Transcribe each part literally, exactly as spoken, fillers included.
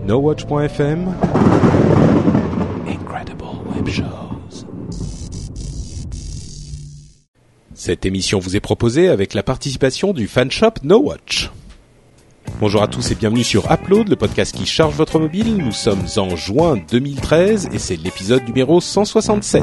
nowatch point f m. Incredible Web Shows. Cette émission vous est proposée avec la participation du fanshop NoWatch. Bonjour à tous et bienvenue sur Upload, le podcast qui charge votre mobile. Nous sommes en juin deux mille treize et c'est l'épisode numéro cent soixante-sept.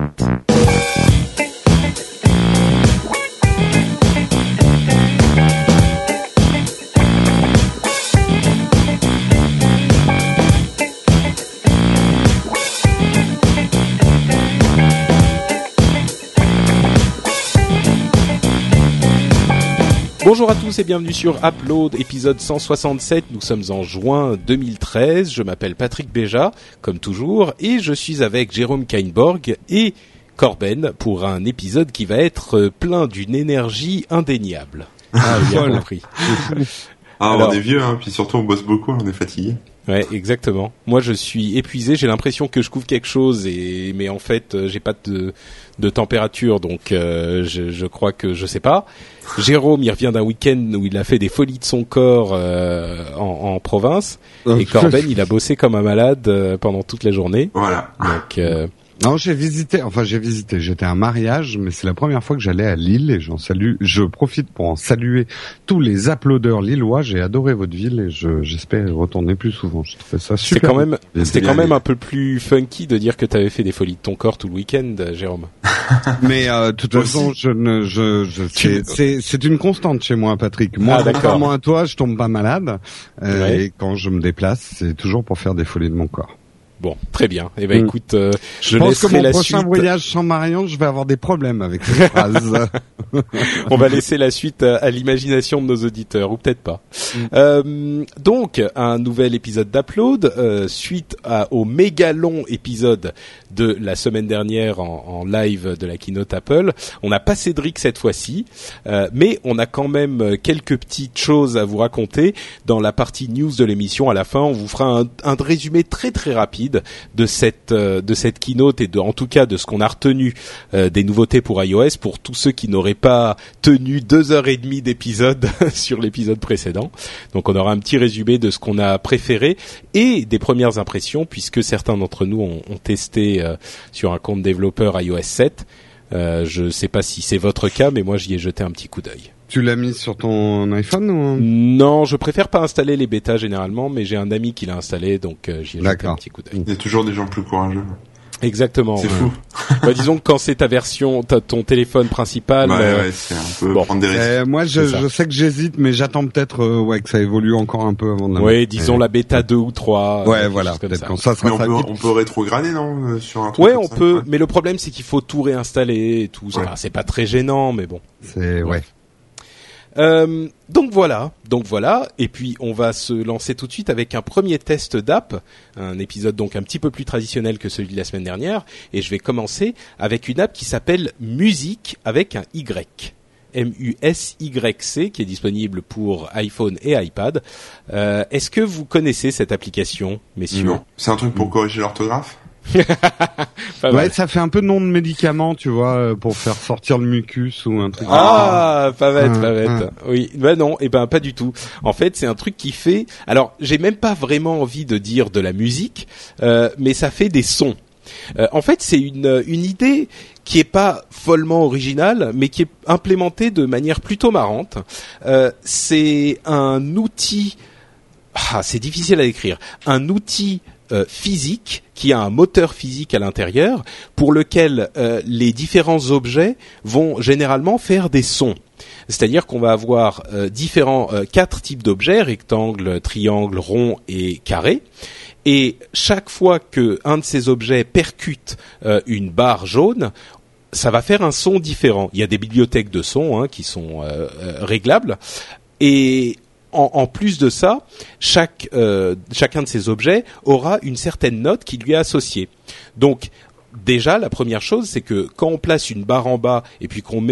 Bonjour à tous et bienvenue sur Upload, épisode cent soixante-sept. Nous sommes en juin deux mille treize. Je m'appelle Patrick Béja, comme toujours, et je suis avec Jérôme Kainborg et Corben pour un épisode qui va être plein d'une énergie indéniable. Ah, bien compris. Ah, Alors, on est vieux, hein, puis surtout on bosse beaucoup, on est fatigué. Ouais, exactement. Moi, je suis épuisé. J'ai l'impression que je couvre quelque chose, et mais en fait, euh, j'ai pas de de température, donc euh, je, je crois que je sais pas. Jérôme, il revient d'un week-end où il a fait des folies de son corps euh, en, en province, euh, et Corben, il a bossé comme un malade euh, pendant toute la journée. Voilà. Donc euh, non, j'ai visité, enfin j'ai visité, j'étais à un mariage, mais c'est la première fois que j'allais à Lille et j'en salue, je profite pour en saluer tous les uploaders lillois. J'ai adoré votre ville et je, j'espère y retourner plus souvent. Je trouvais ça super. C'est quand même, bien. c'était quand même un peu plus funky de dire que t'avais fait des folies de ton corps tout le week-end, Jérôme. Mais euh, de toute façon, je ne, je, je, c'est, c'est, c'est une constante chez moi, Patrick. Moi, ah, contrairement à toi, je tombe pas malade euh, ouais. Et quand je me déplace, c'est toujours pour faire des folies de mon corps. Bon, très bien. Eh ben, mmh. écoute, euh, je, je pense que mon la prochain suite... voyage sans Marion, je vais avoir des problèmes avec cette phrase. On va laisser la suite à, à l'imagination de nos auditeurs, ou peut-être pas. Mmh. Euh, donc, un nouvel épisode d'Upload, euh, suite à, au méga long épisode de la semaine dernière en, en live de la keynote Apple. On n'a pas Cédric cette fois-ci, euh, mais on a quand même quelques petites choses à vous raconter dans la partie news de l'émission. À la fin, on vous fera un, un résumé très très rapide de cette euh, de cette keynote et de en tout cas de ce qu'on a retenu euh, des nouveautés pour iOS pour tous ceux qui n'auraient pas tenu deux heures et demie d'épisode sur l'épisode précédent. Donc on aura un petit résumé de ce qu'on a préféré et des premières impressions puisque certains d'entre nous ont, ont testé euh, sur un compte développeur iOS sept. Euh, je sais pas si c'est votre cas, mais moi j'y ai jeté un petit coup d'œil. Tu l'as mis sur ton iPhone ou? Non, je préfère pas installer les bêtas généralement, mais j'ai un ami qui l'a installé, donc euh, j'y ai jeté un petit coup d'œil. Il y a toujours des gens plus courageux. Exactement. C'est ouais. fou. Bah, disons que quand c'est ta version, t'as ton téléphone principal. Ouais, euh, ouais, c'est un peu bon. prendre des risques. Euh, moi, je, je sais que j'hésite, mais j'attends peut-être euh, ouais que ça évolue encore un peu avant de la ouais, mettre. disons et... la bêta deux ou trois. Ouais, euh, voilà. Peut-être ça. quand ça sera. Mais on ça peut, vite. on peut rétrograder, non, sur un truc Ouais, comme on ça, peut. ouais. Mais le problème, c'est qu'il faut tout réinstaller et tout. Ouais. Enfin, c'est pas très gênant, mais bon. C'est ouais. Euh, donc voilà, donc voilà, et puis on va se lancer tout de suite avec un premier test d'app, un épisode donc un petit peu plus traditionnel que celui de la semaine dernière, et je vais commencer avec une app qui s'appelle Music avec un Y, M U S Y C, qui est disponible pour iPhone et iPad. Euh, est-ce que vous connaissez cette application, messieurs? Non, c'est un truc pour corriger l'orthographe. Ouais, ça fait un peu nom de médicament, tu vois, pour faire sortir le mucus ou un truc. Ah, pas bête, ah, pas bête. ah. Oui, bah non, et ben pas du tout. En fait, c'est un truc qui fait. Alors, j'ai même pas vraiment envie de dire de la musique, euh, mais ça fait des sons. Euh, en fait, c'est une une idée qui est pas follement originale, mais qui est implémentée de manière plutôt marrante. Euh, c'est un outil. Ah, c'est difficile à décrire. Un outil Euh, physique qui a un moteur physique à l'intérieur pour lequel euh, les différents objets vont généralement faire des sons. C'est-à-dire qu'on va avoir euh, différents euh, quatre types d'objets, rectangle, triangle, rond et carré. Et chaque fois que un de ces objets percute euh, une barre jaune, ça va faire un son différent. Il y a des bibliothèques de sons hein, qui sont euh, euh, réglables. Et En, en plus de ça, chaque euh, chacun de ces objets aura une certaine note qui lui est associée. Donc déjà, la première chose, c'est que quand on place une barre en bas et puis qu'on met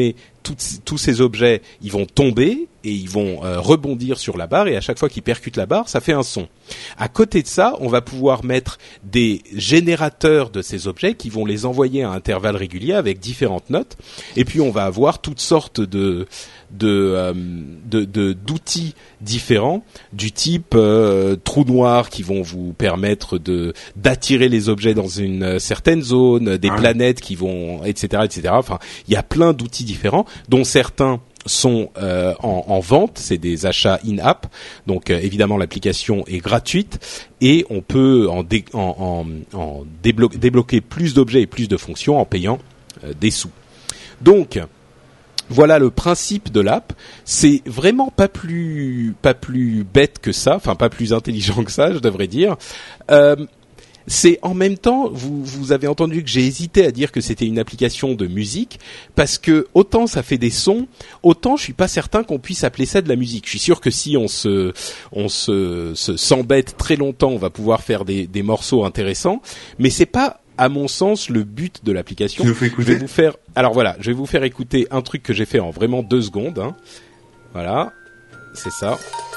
tous ces objets, ils vont tomber et ils vont euh, rebondir sur la barre, et à chaque fois qu'ils percutent la barre, ça fait un son. À côté de ça, on va pouvoir mettre des générateurs de ces objets qui vont les envoyer à intervalles réguliers avec différentes notes, et puis on va avoir toutes sortes de de euh, de, de d'outils différents, du type euh, trous noirs qui vont vous permettre de d'attirer les objets dans une certaine zone, des ah. planètes qui vont, et cetera, et cetera. Enfin, il y a plein d'outils différents, dont certains sont euh, en, en vente, c'est des achats in-app, donc euh, évidemment l'application est gratuite et on peut en, dé, en, en, en déblo- débloquer plus d'objets et plus de fonctions en payant euh, des sous. Donc voilà le principe de l'app. C'est vraiment pas plus pas plus bête que ça, enfin pas plus intelligent que ça, je devrais dire. Euh, C'est en même temps, vous, vous avez entendu que j'ai hésité à dire que c'était une application de musique, parce que autant ça fait des sons, autant je suis pas certain qu'on puisse appeler ça de la musique. Je suis sûr que si on se, on se, se s'embête très longtemps, on va pouvoir faire des, des morceaux intéressants, mais c'est pas, à mon sens, le but de l'application. Tu nous fais écouter ? Je vais vous faire, alors voilà, je vais vous faire écouter un truc que j'ai fait en vraiment deux secondes. Hein. Voilà, c'est ça.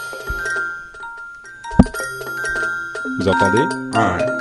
Vous entendez ? Ah ouais.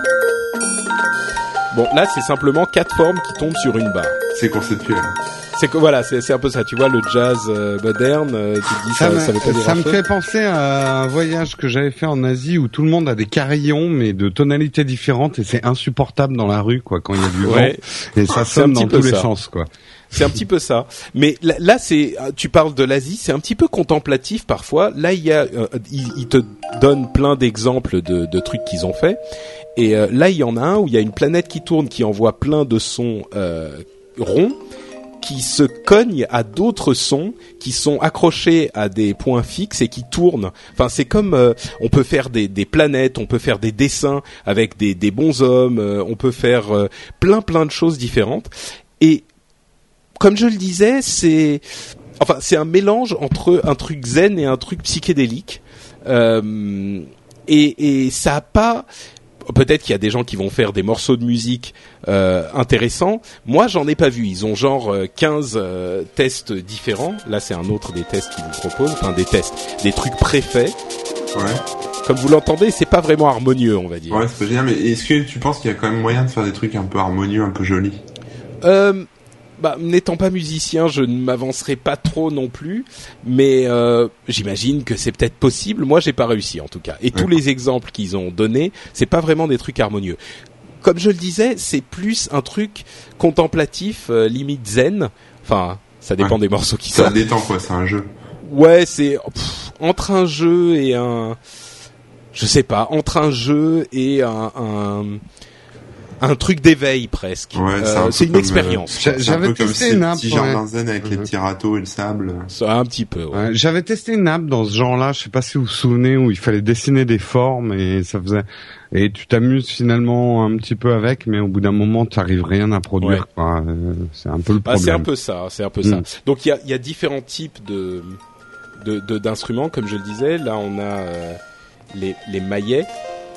Bon, là, c'est simplement quatre formes qui tombent sur une barre. C'est conceptuel. C'est que voilà, c'est, c'est un peu ça. Tu vois, le jazz euh, moderne, euh, tu te dis ça, ça, ça veut pas dire ça me chose. fait penser à un voyage que j'avais fait en Asie où tout le monde a des carillons mais de tonalités différentes, et c'est insupportable dans la rue, quoi, quand il y a du ouais. vent, et ça sonne dans tous les sens, quoi. C'est un petit peu ça. Mais là, là, c'est, tu parles de l'Asie, c'est un petit peu contemplatif parfois. Là, il y a, euh, il, il te donne plein d'exemples de, de trucs qu'ils ont fait. Et euh, là, il y en a un où il y a une planète qui tourne, qui envoie plein de sons euh, ronds, qui se cognent à d'autres sons, qui sont accrochés à des points fixes et qui tournent. Enfin, c'est comme euh, on peut faire des, des planètes, on peut faire des dessins avec des, des bonshommes, euh, on peut faire euh, plein plein de choses différentes. Et comme je le disais, c'est enfin c'est un mélange entre un truc zen et un truc psychédélique. Euh, et, et ça a pas. Peut-être qu'il y a des gens qui vont faire des morceaux de musique euh, intéressants. Moi, j'en ai pas vu. Ils ont genre euh, quinze euh, tests différents. Là, c'est un autre des tests qu'ils vous proposent. Enfin, des tests, des trucs préfaits. Ouais. Comme vous l'entendez, c'est pas vraiment harmonieux, on va dire. Ouais, c'est pas génial. Mais est-ce que tu penses qu'il y a quand même moyen de faire des trucs un peu harmonieux, un peu jolis ? Euh... Bah, n'étant pas musicien, je ne m'avancerai pas trop non plus, mais euh, j'imagine que c'est peut-être possible. Moi, j'ai pas réussi en tout cas. Et ouais. Tous les exemples qu'ils ont donnés, c'est pas vraiment des trucs harmonieux. Comme je le disais, c'est plus un truc contemplatif, euh, limite zen. Enfin, ça dépend ouais. des morceaux qui sortent. Ça détend quoi, c'est un jeu. Ouais, c'est pff, entre un jeu et un, je sais pas, entre un jeu et un. un un truc d'éveil presque. Ouais, c'est, euh, c'est une comme, expérience. Euh, c'est un peu comme ces petits jardins zen avec mmh. les petits râteaux et le sable. Ça, un petit peu. Ouais. Ouais, j'avais testé une app dans ce genre-là, je sais pas si vous vous souvenez, où il fallait dessiner des formes et ça faisait, et tu t'amuses finalement un petit peu avec, mais au bout d'un moment, tu n'arrives rien à produire. Ouais. Quoi. C'est un peu le problème. Ah, c'est un peu ça. C'est un peu mmh. ça. Donc il y a, il y a différents types de, de, de d'instruments, comme je le disais. Là, on a euh, les, les maillets.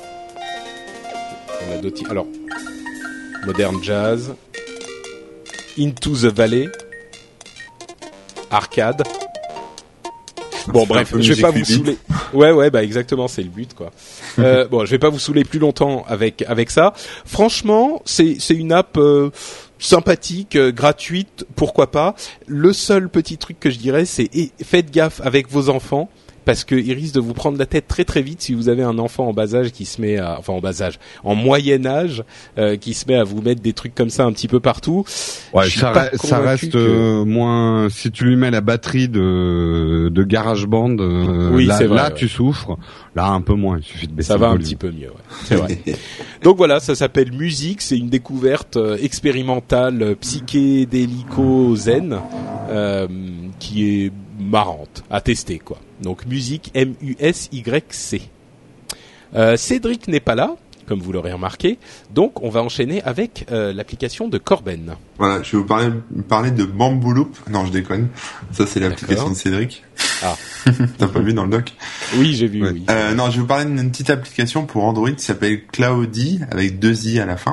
On a d'autres. Alors. Modern Jazz, Into the Valley, Arcade. Bon bref, je vais pas vous saouler. Ouais ouais bah exactement, c'est le but quoi. euh, bon, je vais pas vous saouler plus longtemps avec avec ça. Franchement, c'est c'est une app euh, sympathique, euh, gratuite, pourquoi pas. Le seul petit truc que je dirais, c'est et, faites gaffe avec vos enfants. Parce que il risque de vous prendre la tête très très vite si vous avez un enfant en bas âge qui se met à, enfin en bas âge, en moyen âge, euh, qui se met à vous mettre des trucs comme ça un petit peu partout. Ouais, ça, re- ça reste que... euh, moins. Si tu lui mets la batterie de de GarageBand, euh, oui, là, c'est vrai, là ouais. tu souffres. Là un peu moins. Il suffit de baisser. Ça va le un volume. petit peu mieux. Ouais. C'est vrai. Donc voilà, ça s'appelle Musique. C'est une découverte euh, expérimentale, psychédélico-zen, euh, qui est marrante à tester quoi. Donc Musique, M U S Y C. Euh, Cédric n'est pas là, comme vous l'aurez remarqué, donc on va enchaîner avec euh, l'application de Corben. Voilà, je vais vous parler, parler de Bamboo Loop. Non, je déconne. Ça, c'est l'application D'accord. de Cédric. Ah. T'as pas vu dans le doc ? Oui, j'ai vu, ouais. oui. Euh, non, je vais vous parler d'une petite application pour Android qui s'appelle Cloudy, avec deux i à la fin.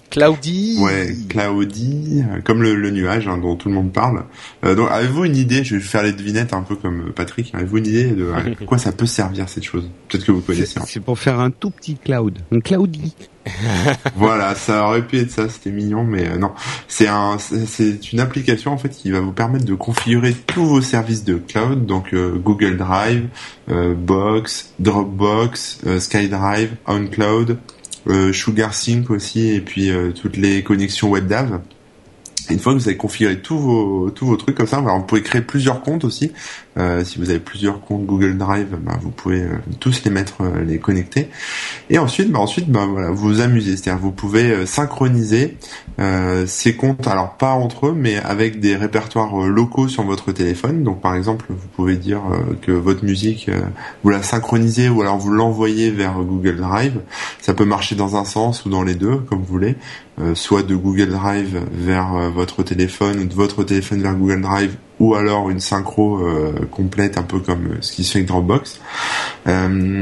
Cloudy. Ouais, Cloudy, comme le, le nuage hein, dont tout le monde parle. Euh, donc, avez-vous une idée, je vais faire les devinettes un peu comme Patrick, avez-vous une idée de à quoi ça peut servir cette chose? Peut-être que vous connaissez. C'est, c'est pour faire un tout petit cloud, un Cloudy. Voilà, ça aurait pu être ça, c'était mignon, mais euh, non. C'est un, c'est, c'est une application en fait qui va vous permettre de configurer tous vos services de cloud, donc euh, Google Drive, euh, Box, Dropbox, euh, SkyDrive, OnCloud. Euh, SugarSync aussi et puis euh, toutes les connexions WebDAV. Et une fois que vous avez configuré tous vos tous vos trucs comme ça, alors vous pouvez créer plusieurs comptes aussi. Euh, si vous avez plusieurs comptes Google Drive, bah, vous pouvez euh, tous les mettre, euh, les connecter. Et ensuite, bah, ensuite, bah, voilà, vous vous amusez. C'est-à-dire, vous pouvez euh, synchroniser euh, ces comptes, alors pas entre eux, mais avec des répertoires euh, locaux sur votre téléphone. Donc, par exemple, vous pouvez dire euh, que votre musique, euh, vous la synchronisez ou alors vous l'envoyez vers Google Drive. Ça peut marcher dans un sens ou dans les deux, comme vous voulez. Euh, soit de Google Drive vers euh, votre téléphone ou de votre téléphone vers Google Drive, ou alors une synchro euh, complète, un peu comme ce qui se fait avec Dropbox. Euh,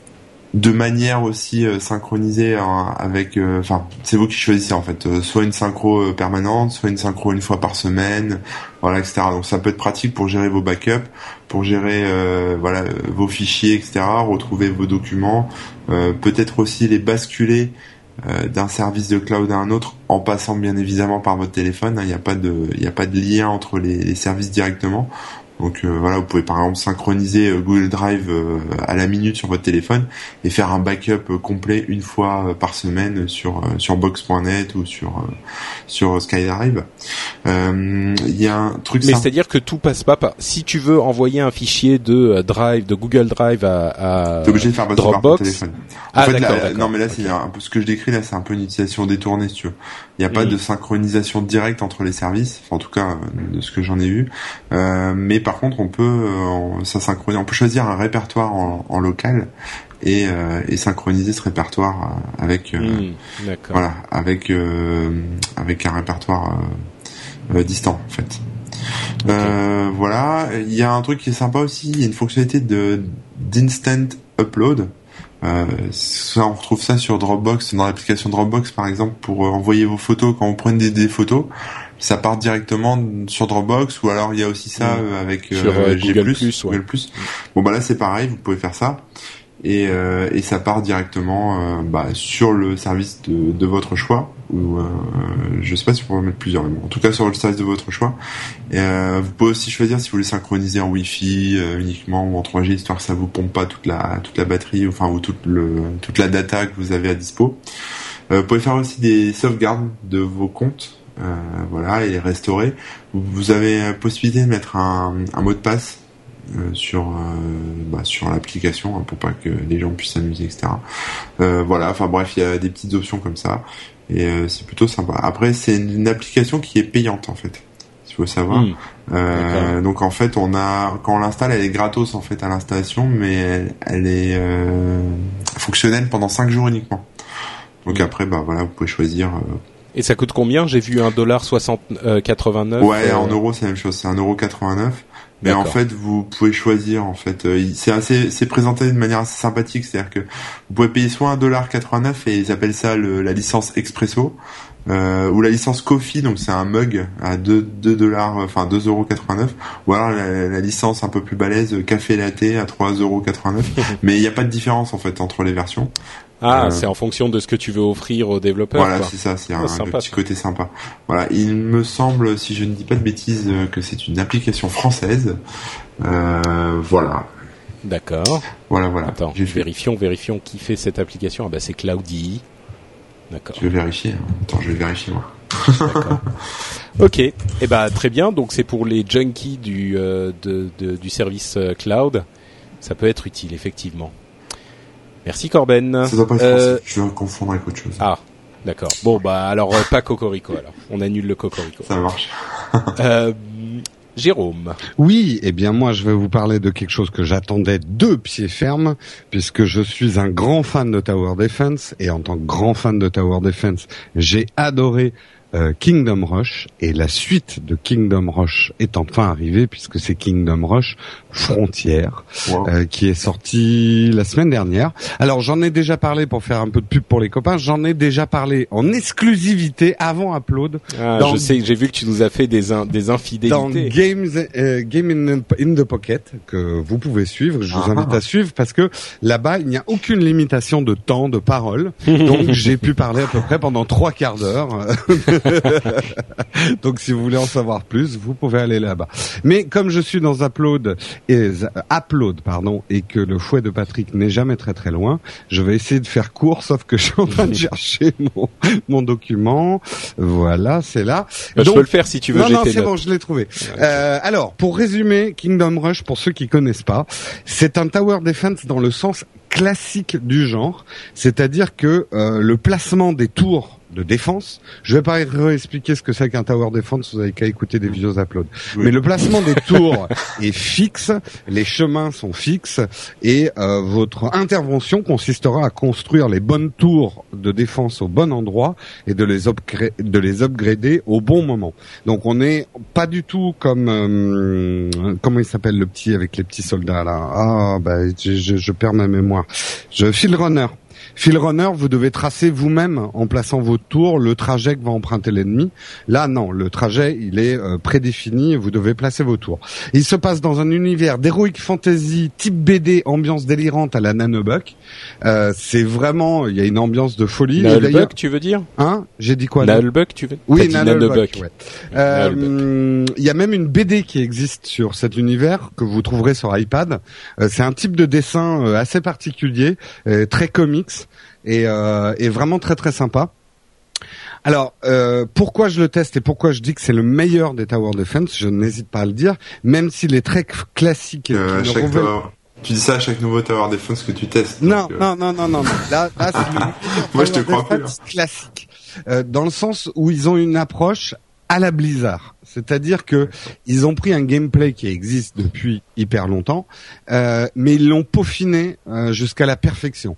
de manière aussi euh, synchronisée hein, avec, enfin, euh, c'est vous qui choisissez en fait, euh, soit une synchro euh, permanente, soit une synchro une fois par semaine, voilà, et cetera. Donc ça peut être pratique pour gérer vos backups, pour gérer euh, voilà vos fichiers, et cetera. Retrouver vos documents, euh, peut-être aussi les basculer Euh, d'un service de cloud à un autre en passant bien évidemment par votre téléphone. Il n'y a pas de, il n'y a pas de lien entre les, les services directement. Donc euh, voilà, vous pouvez par exemple synchroniser euh, Google Drive euh, à la minute sur votre téléphone et faire un backup euh, complet une fois euh, par semaine sur euh, sur box point net ou sur euh, sur SkyDrive. Il euh, y a un truc. Mais c'est-à-dire que tout passe pas par. Si tu veux envoyer un fichier de euh, Drive, de Google Drive à, à t'es obligé de faire passer par ton téléphone. En ah fait, d'accord, là, d'accord. Non mais là c'est un peu ce que je décris là, c'est un peu une utilisation détournée, si tu veux. Il n'y a pas mmh. de synchronisation directe entre les services, enfin, en tout cas de ce que j'en ai vu. Euh, mais par contre, on peut, euh, ça synchronise. On peut choisir un répertoire en, en local et, euh, et synchroniser ce répertoire avec, euh, mmh, voilà, avec euh, avec un répertoire euh, euh, distant en fait. Okay. Euh, voilà, il y a un truc qui est sympa aussi. Il y a une fonctionnalité de d'instant upload. Euh, ça, on retrouve ça sur Dropbox, dans l'application Dropbox par exemple, pour euh, envoyer vos photos. Quand vous prenez des, des photos, ça part directement sur Dropbox, ou alors il y a aussi ça mmh. euh, avec euh, sur, euh, G+, Google Plus, ouais. Google Plus. Bon bah là c'est pareil, vous pouvez faire ça et euh, et ça part directement euh, bah, sur le service de, de votre choix. Ou euh, je sais pas si vous pouvez mettre plusieurs, mais bon, en tout cas sur le service de votre choix. Et, euh, vous pouvez aussi choisir si vous voulez synchroniser en Wi-Fi euh, uniquement ou en trois G, histoire que ça vous pompe pas toute la toute la batterie, enfin ou toute le toute la data que vous avez à dispo. Euh, vous pouvez faire aussi des sauvegardes de vos comptes, euh, voilà, et les restaurer. Vous, vous avez la possibilité de mettre un, un mot de passe Euh, sur euh, bah, sur l'application hein, pour pas que les gens puissent s'amuser, et cetera. Euh, voilà, enfin bref, il y a des petites options comme ça et euh, c'est plutôt sympa. Après, c'est une, une application qui est payante en fait, il faut savoir. Mmh. Euh, donc en fait, on a quand on l'installe, elle est gratos en fait à l'installation, mais elle, elle est euh, fonctionnelle pendant cinq jours uniquement. Donc mmh. après, bah voilà, vous pouvez choisir. Euh, Et ça coûte combien? J'ai vu un dollar soixante quatre-vingt-neuf. Ouais, euh... en euros c'est la même chose, c'est un euro quatre-vingt-neuf. Mais D'accord. en fait, vous pouvez choisir. En fait, c'est assez, c'est présenté de manière assez sympathique. C'est-à-dire que vous pouvez payer soit un dollar quatre-vingt-neuf et ils appellent ça le, la licence Expresso, euh, ou la licence Coffee. Donc c'est un mug à deux dollars, enfin deux euros quatre-vingt-neuf. Ou alors la, la licence un peu plus balèze Café Latte à trois euros quatre-vingt-neuf. Mais il n'y a pas de différence en fait entre les versions. Ah, euh, c'est en fonction de ce que tu veux offrir aux développeurs. Voilà, quoi. c'est ça, c'est oh, un sympa, petit ça. côté sympa. Voilà, il me semble, si je ne dis pas de bêtises, que c'est une application française. Euh, voilà. D'accord. Voilà, voilà. Attends, J'ai vérifions, vérifions qui fait cette application. Ah bah c'est Cloudy. D'accord. Je vais vérifier. Attends, je vais vérifier moi. D'accord. Ok. Eh bah très bien. Donc c'est pour les junkies du euh, de, de, du service euh, cloud. Ça peut être utile effectivement. Merci Corben. Ça doit pas être euh... français. Je vais confondre avec autre chose. Ah, d'accord. Bon bah alors euh, pas Cocorico alors. On annule le Cocorico. Ça marche. euh, Jérôme. Oui, eh bien moi je vais vous parler de quelque chose que j'attendais de pied ferme, puisque je suis un grand fan de Tower Defense, et en tant que grand fan de Tower Defense, j'ai adoré euh, Kingdom Rush, et la suite de Kingdom Rush est enfin arrivée puisque c'est Kingdom Rush Frontier, wow. euh, qui est sorti la semaine dernière. Alors j'en ai déjà parlé pour faire un peu de pub pour les copains, j'en ai déjà parlé en exclusivité avant Upload. Ah, dans, je sais, j'ai vu que tu nous as fait des in, des infidélités. Dans Games euh, Game in, in the Pocket que vous pouvez suivre, je vous ah. invite à suivre parce que là-bas il n'y a aucune limitation de temps, de parole, donc j'ai pu parler à peu près pendant trois quarts d'heure. Donc si vous voulez en savoir plus, vous pouvez aller là-bas. Mais comme je suis dans Upload et euh, Upload pardon et que le fouet de Patrick n'est jamais très très loin, je vais essayer de faire court, sauf que je suis en train de chercher mon mon document. Voilà, c'est là. Bah, Donc, je peux le faire si tu veux. Non non, c'est bon, je l'ai trouvé. Euh, alors, pour résumer, Kingdom Rush, pour ceux qui connaissent pas, c'est un tower defense dans le sens classique du genre, c'est-à-dire que euh, le placement des tours de défense, je vais pas réexpliquer ce que c'est qu'un tower defense, vous avez qu'à écouter des vidéos Upload. Oui. Mais le placement des tours est fixe, les chemins sont fixes et euh, votre intervention consistera à construire les bonnes tours de défense au bon endroit et de les upgra- de les upgrader au bon moment. Donc on n'est pas du tout comme euh, comment il s'appelle le petit avec les petits soldats là. Ah bah je, je, je perds ma mémoire. Je Field Runner. Field Runner, vous devez tracer vous-même en plaçant votre tour le trajet que va emprunter l'ennemi. Là, non, le trajet, il est euh, prédéfini et vous devez placer vos tours. Il se passe dans un univers d'heroic fantasy type B D, ambiance délirante à la Nanobuck. Euh, c'est vraiment, il y a une ambiance de folie. Nanobuck, tu veux dire? Hein? J'ai dit quoi? Nanobuck, tu veux? Oui, Nanobuck. Ouais. Euh, il y a même une B D qui existe sur cet univers que vous trouverez sur iPad. Euh, c'est un type de dessin euh, assez particulier, euh, très comics. Et, euh, et vraiment très très sympa. Alors, euh, pourquoi je le teste et pourquoi je dis que c'est le meilleur des Tower Defense, je n'hésite pas à le dire, même s'il est très classique. Euh, chaque revêt... tower... Tu dis ça à chaque nouveau Tower Defense que tu testes. Non, donc, euh... non, non, non, non, non. Là, là c'est le Moi, je te crois plus. Classique, euh, dans le sens où ils ont une approche à la Blizzard. C'est-à-dire que ils ont pris un gameplay qui existe depuis hyper longtemps, euh, mais ils l'ont peaufiné euh, jusqu'à la perfection.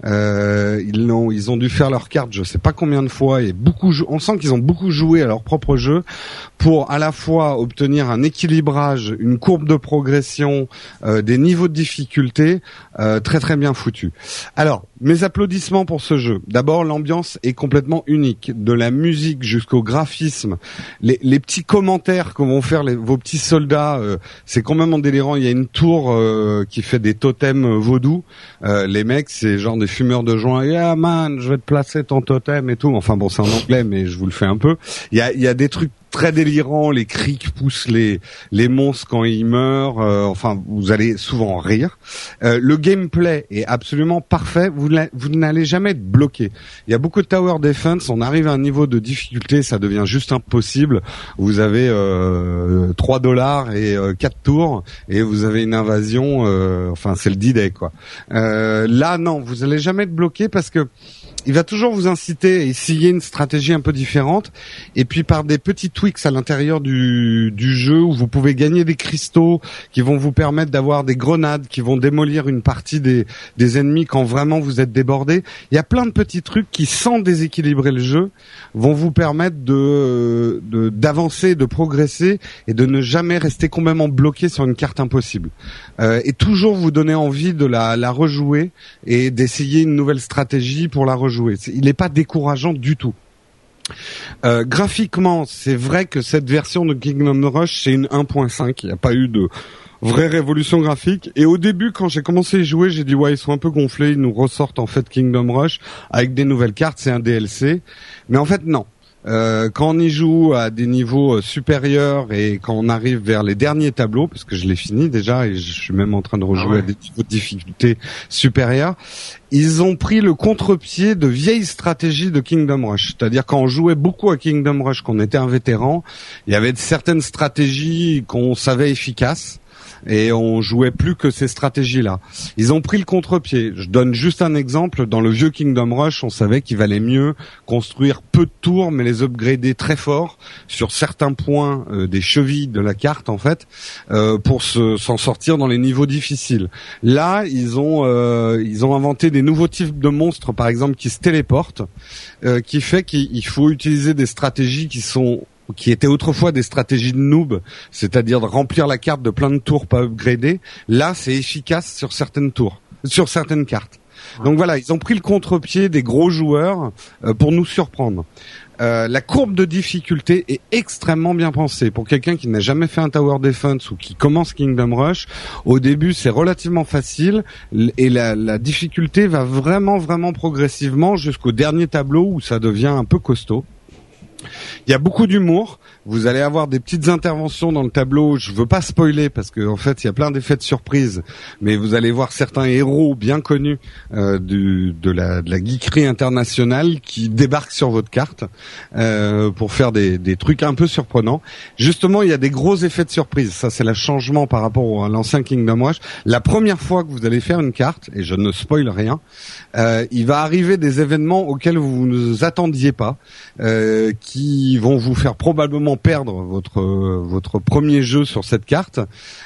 Euh, ils l'ont, ils ont dû faire leur carte, je sais pas combien de fois, et beaucoup. On sent qu'ils ont beaucoup joué à leur propre jeu pour à la fois obtenir un équilibrage, une courbe de progression, euh, des niveaux de difficulté euh, très très bien foutus. Alors, mes applaudissements pour ce jeu. D'abord, l'ambiance est complètement unique, de la musique jusqu'au graphisme, les, les petits commentaires que vont faire les, vos petits soldats, euh, c'est quand même délirant. Il y a une tour euh, qui fait des totems vaudous. Euh, les mecs, c'est genre des fumeurs de joint. Yeah man, je vais te placer ton totem et tout. Enfin bon, c'est en anglais, mais je vous le fais un peu. Il y a, il y a des trucs très délirants, les cris qui poussent les les monstres quand ils meurent. Euh, enfin, vous allez souvent rire. Euh, le gameplay est absolument parfait. Vous vous n'allez jamais être bloqué. Il y a beaucoup de tower defense. On arrive à un niveau de difficulté, ça devient juste impossible. Vous avez euh, trois dollars et euh, quatre tours et vous avez une invasion. Euh, enfin, c'est le D-Day quoi. Euh, là, non, vous allez jamais être bloqué parce que il va toujours vous inciter à essayer une stratégie un peu différente et puis par des petits tweaks à l'intérieur du, du jeu où vous pouvez gagner des cristaux qui vont vous permettre d'avoir des grenades qui vont démolir une partie des, des ennemis quand vraiment vous êtes débordé. Il y a plein de petits trucs qui, sans déséquilibrer le jeu, vont vous permettre de, de d'avancer, de progresser et de ne jamais rester complètement bloqué sur une carte impossible. Euh, et toujours vous donner envie de la, la rejouer et d'essayer une nouvelle stratégie pour la rejouer. Il n'est pas décourageant du tout. Euh, graphiquement, c'est vrai que cette version de Kingdom Rush, c'est une un point cinq. Il n'y a pas eu de vraie révolution graphique. Et au début, quand j'ai commencé à y jouer, j'ai dit ouais, ils sont un peu gonflés. Ils nous ressortent en fait Kingdom Rush avec des nouvelles cartes. C'est un D L C. Mais en fait, non. Euh, quand on y joue à des niveaux euh, supérieurs et quand on arrive vers les derniers tableaux, parce que je l'ai fini déjà et je suis même en train de rejouer ah ouais. à des niveaux de difficulté supérieurs, ils ont pris le contre-pied de vieilles stratégies de Kingdom Rush. C'est-à-dire quand on jouait beaucoup à Kingdom Rush, qu'on était un vétéran, il y avait certaines stratégies qu'on savait efficaces. et on jouait plus que ces stratégies-là. Ils ont pris le contre-pied. Je donne juste un exemple. Dans le vieux Kingdom Rush, on savait qu'il valait mieux construire peu de tours, mais les upgrader très fort sur certains points euh, des chevilles de la carte, en fait, euh, pour se, s'en sortir dans les niveaux difficiles. Là, ils ont euh, ils ont inventé des nouveaux types de monstres, par exemple, qui se téléportent, euh, qui fait qu'il faut utiliser des stratégies qui sont qui étaient autrefois des stratégies de noob, c'est-à-dire de remplir la carte de plein de tours pas upgradés. Là, c'est efficace sur certaines tours, sur certaines cartes. Donc voilà, ils ont pris le contre-pied des gros joueurs euh, pour nous surprendre. Euh, la courbe de difficulté est extrêmement bien pensée. Pour quelqu'un qui n'a jamais fait un Tower Defense ou qui commence Kingdom Rush, au début c'est relativement facile et la, la difficulté va vraiment vraiment progressivement jusqu'au dernier tableau où ça devient un peu costaud. Il y a beaucoup d'humour. Vous allez avoir des petites interventions dans le tableau. Je veux pas spoiler parce que en fait il y a plein d'effets de surprise, mais vous allez voir certains héros bien connus euh, du, de la de la geekerie internationale qui débarquent sur votre carte euh, pour faire des, des trucs un peu surprenants. Justement, il y a des gros effets de surprise. Ça, c'est le changement par rapport à l'ancien Kingdom Rush. La première fois que vous allez faire une carte, et je ne spoil rien, euh, il va arriver des événements auxquels vous ne vous attendiez pas, euh, qui vont vous faire probablement perdre votre votre premier jeu sur cette carte,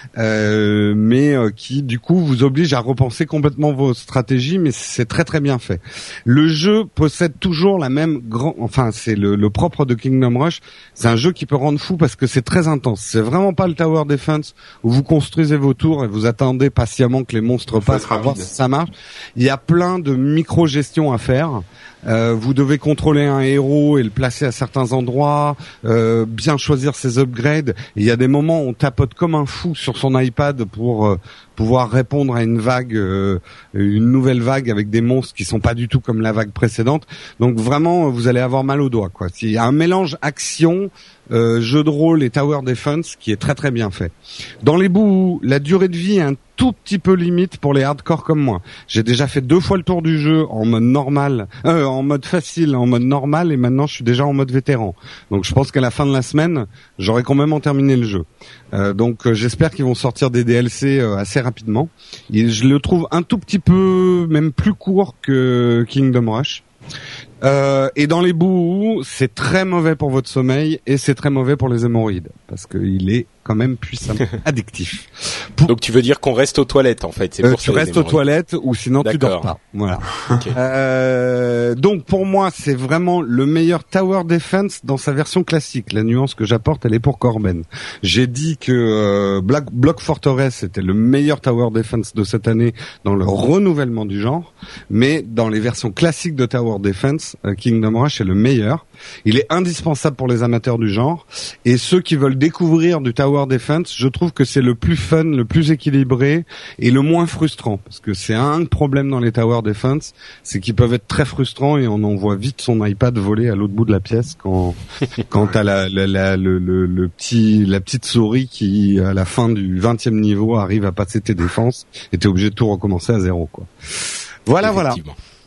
euh, mais euh, qui du coup vous oblige à repenser complètement vos stratégies. Mais c'est très très bien fait. Le jeu possède toujours la même grand, enfin c'est le, le propre de Kingdom Rush. C'est un jeu qui peut rendre fou parce que c'est très intense. C'est vraiment pas le Tower Defense où vous construisez vos tours et vous attendez patiemment que les monstres passent pour voir si ça marche. Il y a plein de micro-gestions à faire. Euh, vous devez contrôler un héros et le placer à certains endroits, euh, bien choisir ses upgrades. Et il y a des moments où on tapote comme un fou sur son iPad pour euh, pouvoir répondre à une vague, euh, une nouvelle vague avec des monstres qui sont pas du tout comme la vague précédente. Donc vraiment, vous allez avoir mal aux doigts, quoi. Il y a un mélange action, euh, jeu de rôle et Tower Defense qui est très très bien fait. Dans les bouts, la durée de vie est un tout petit peu limite pour les hardcore comme moi. J'ai déjà fait deux fois le tour du jeu en mode normal, euh, en mode facile, en mode normal, et maintenant je suis déjà en mode vétéran. Donc je pense qu'à la fin de la semaine, j'aurai quand même en terminé le jeu. Euh, donc euh, j'espère qu'ils vont sortir des D L C euh, assez rapidement. Et je le trouve un tout petit peu, même plus court que Kingdom Rush. Euh, et dans les bouts, c'est très mauvais pour votre sommeil et c'est très mauvais pour les hémorroïdes parce qu'il est quand même puissamment addictif. Pour... Donc tu veux dire qu'on reste aux toilettes en fait, c'est euh, pour tu restes aux toilettes ou sinon D'accord. tu dors pas. Voilà. Okay. Euh, donc pour moi, c'est vraiment le meilleur Tower Defense dans sa version classique. La nuance que j'apporte, elle est pour Corben. J'ai dit que euh, Black Block Fortress était le meilleur Tower Defense de cette année dans le renouvellement du genre, mais dans les versions classiques de Tower Defense, euh, Kingdom Rush est le meilleur. Il est indispensable pour les amateurs du genre et ceux qui veulent découvrir du Tower Defense, je trouve que c'est le plus fun, le plus équilibré et le moins frustrant parce que c'est un problème dans les Tower Defense, c'est qu'ils peuvent être très frustrants et on en voit vite son iPad voler à l'autre bout de la pièce quand quand t'as la, la, la le, le, le petit la petite souris qui à la fin du vingtième niveau arrive à passer tes défenses et t'es obligé de tout recommencer à zéro, quoi. Voilà, voilà.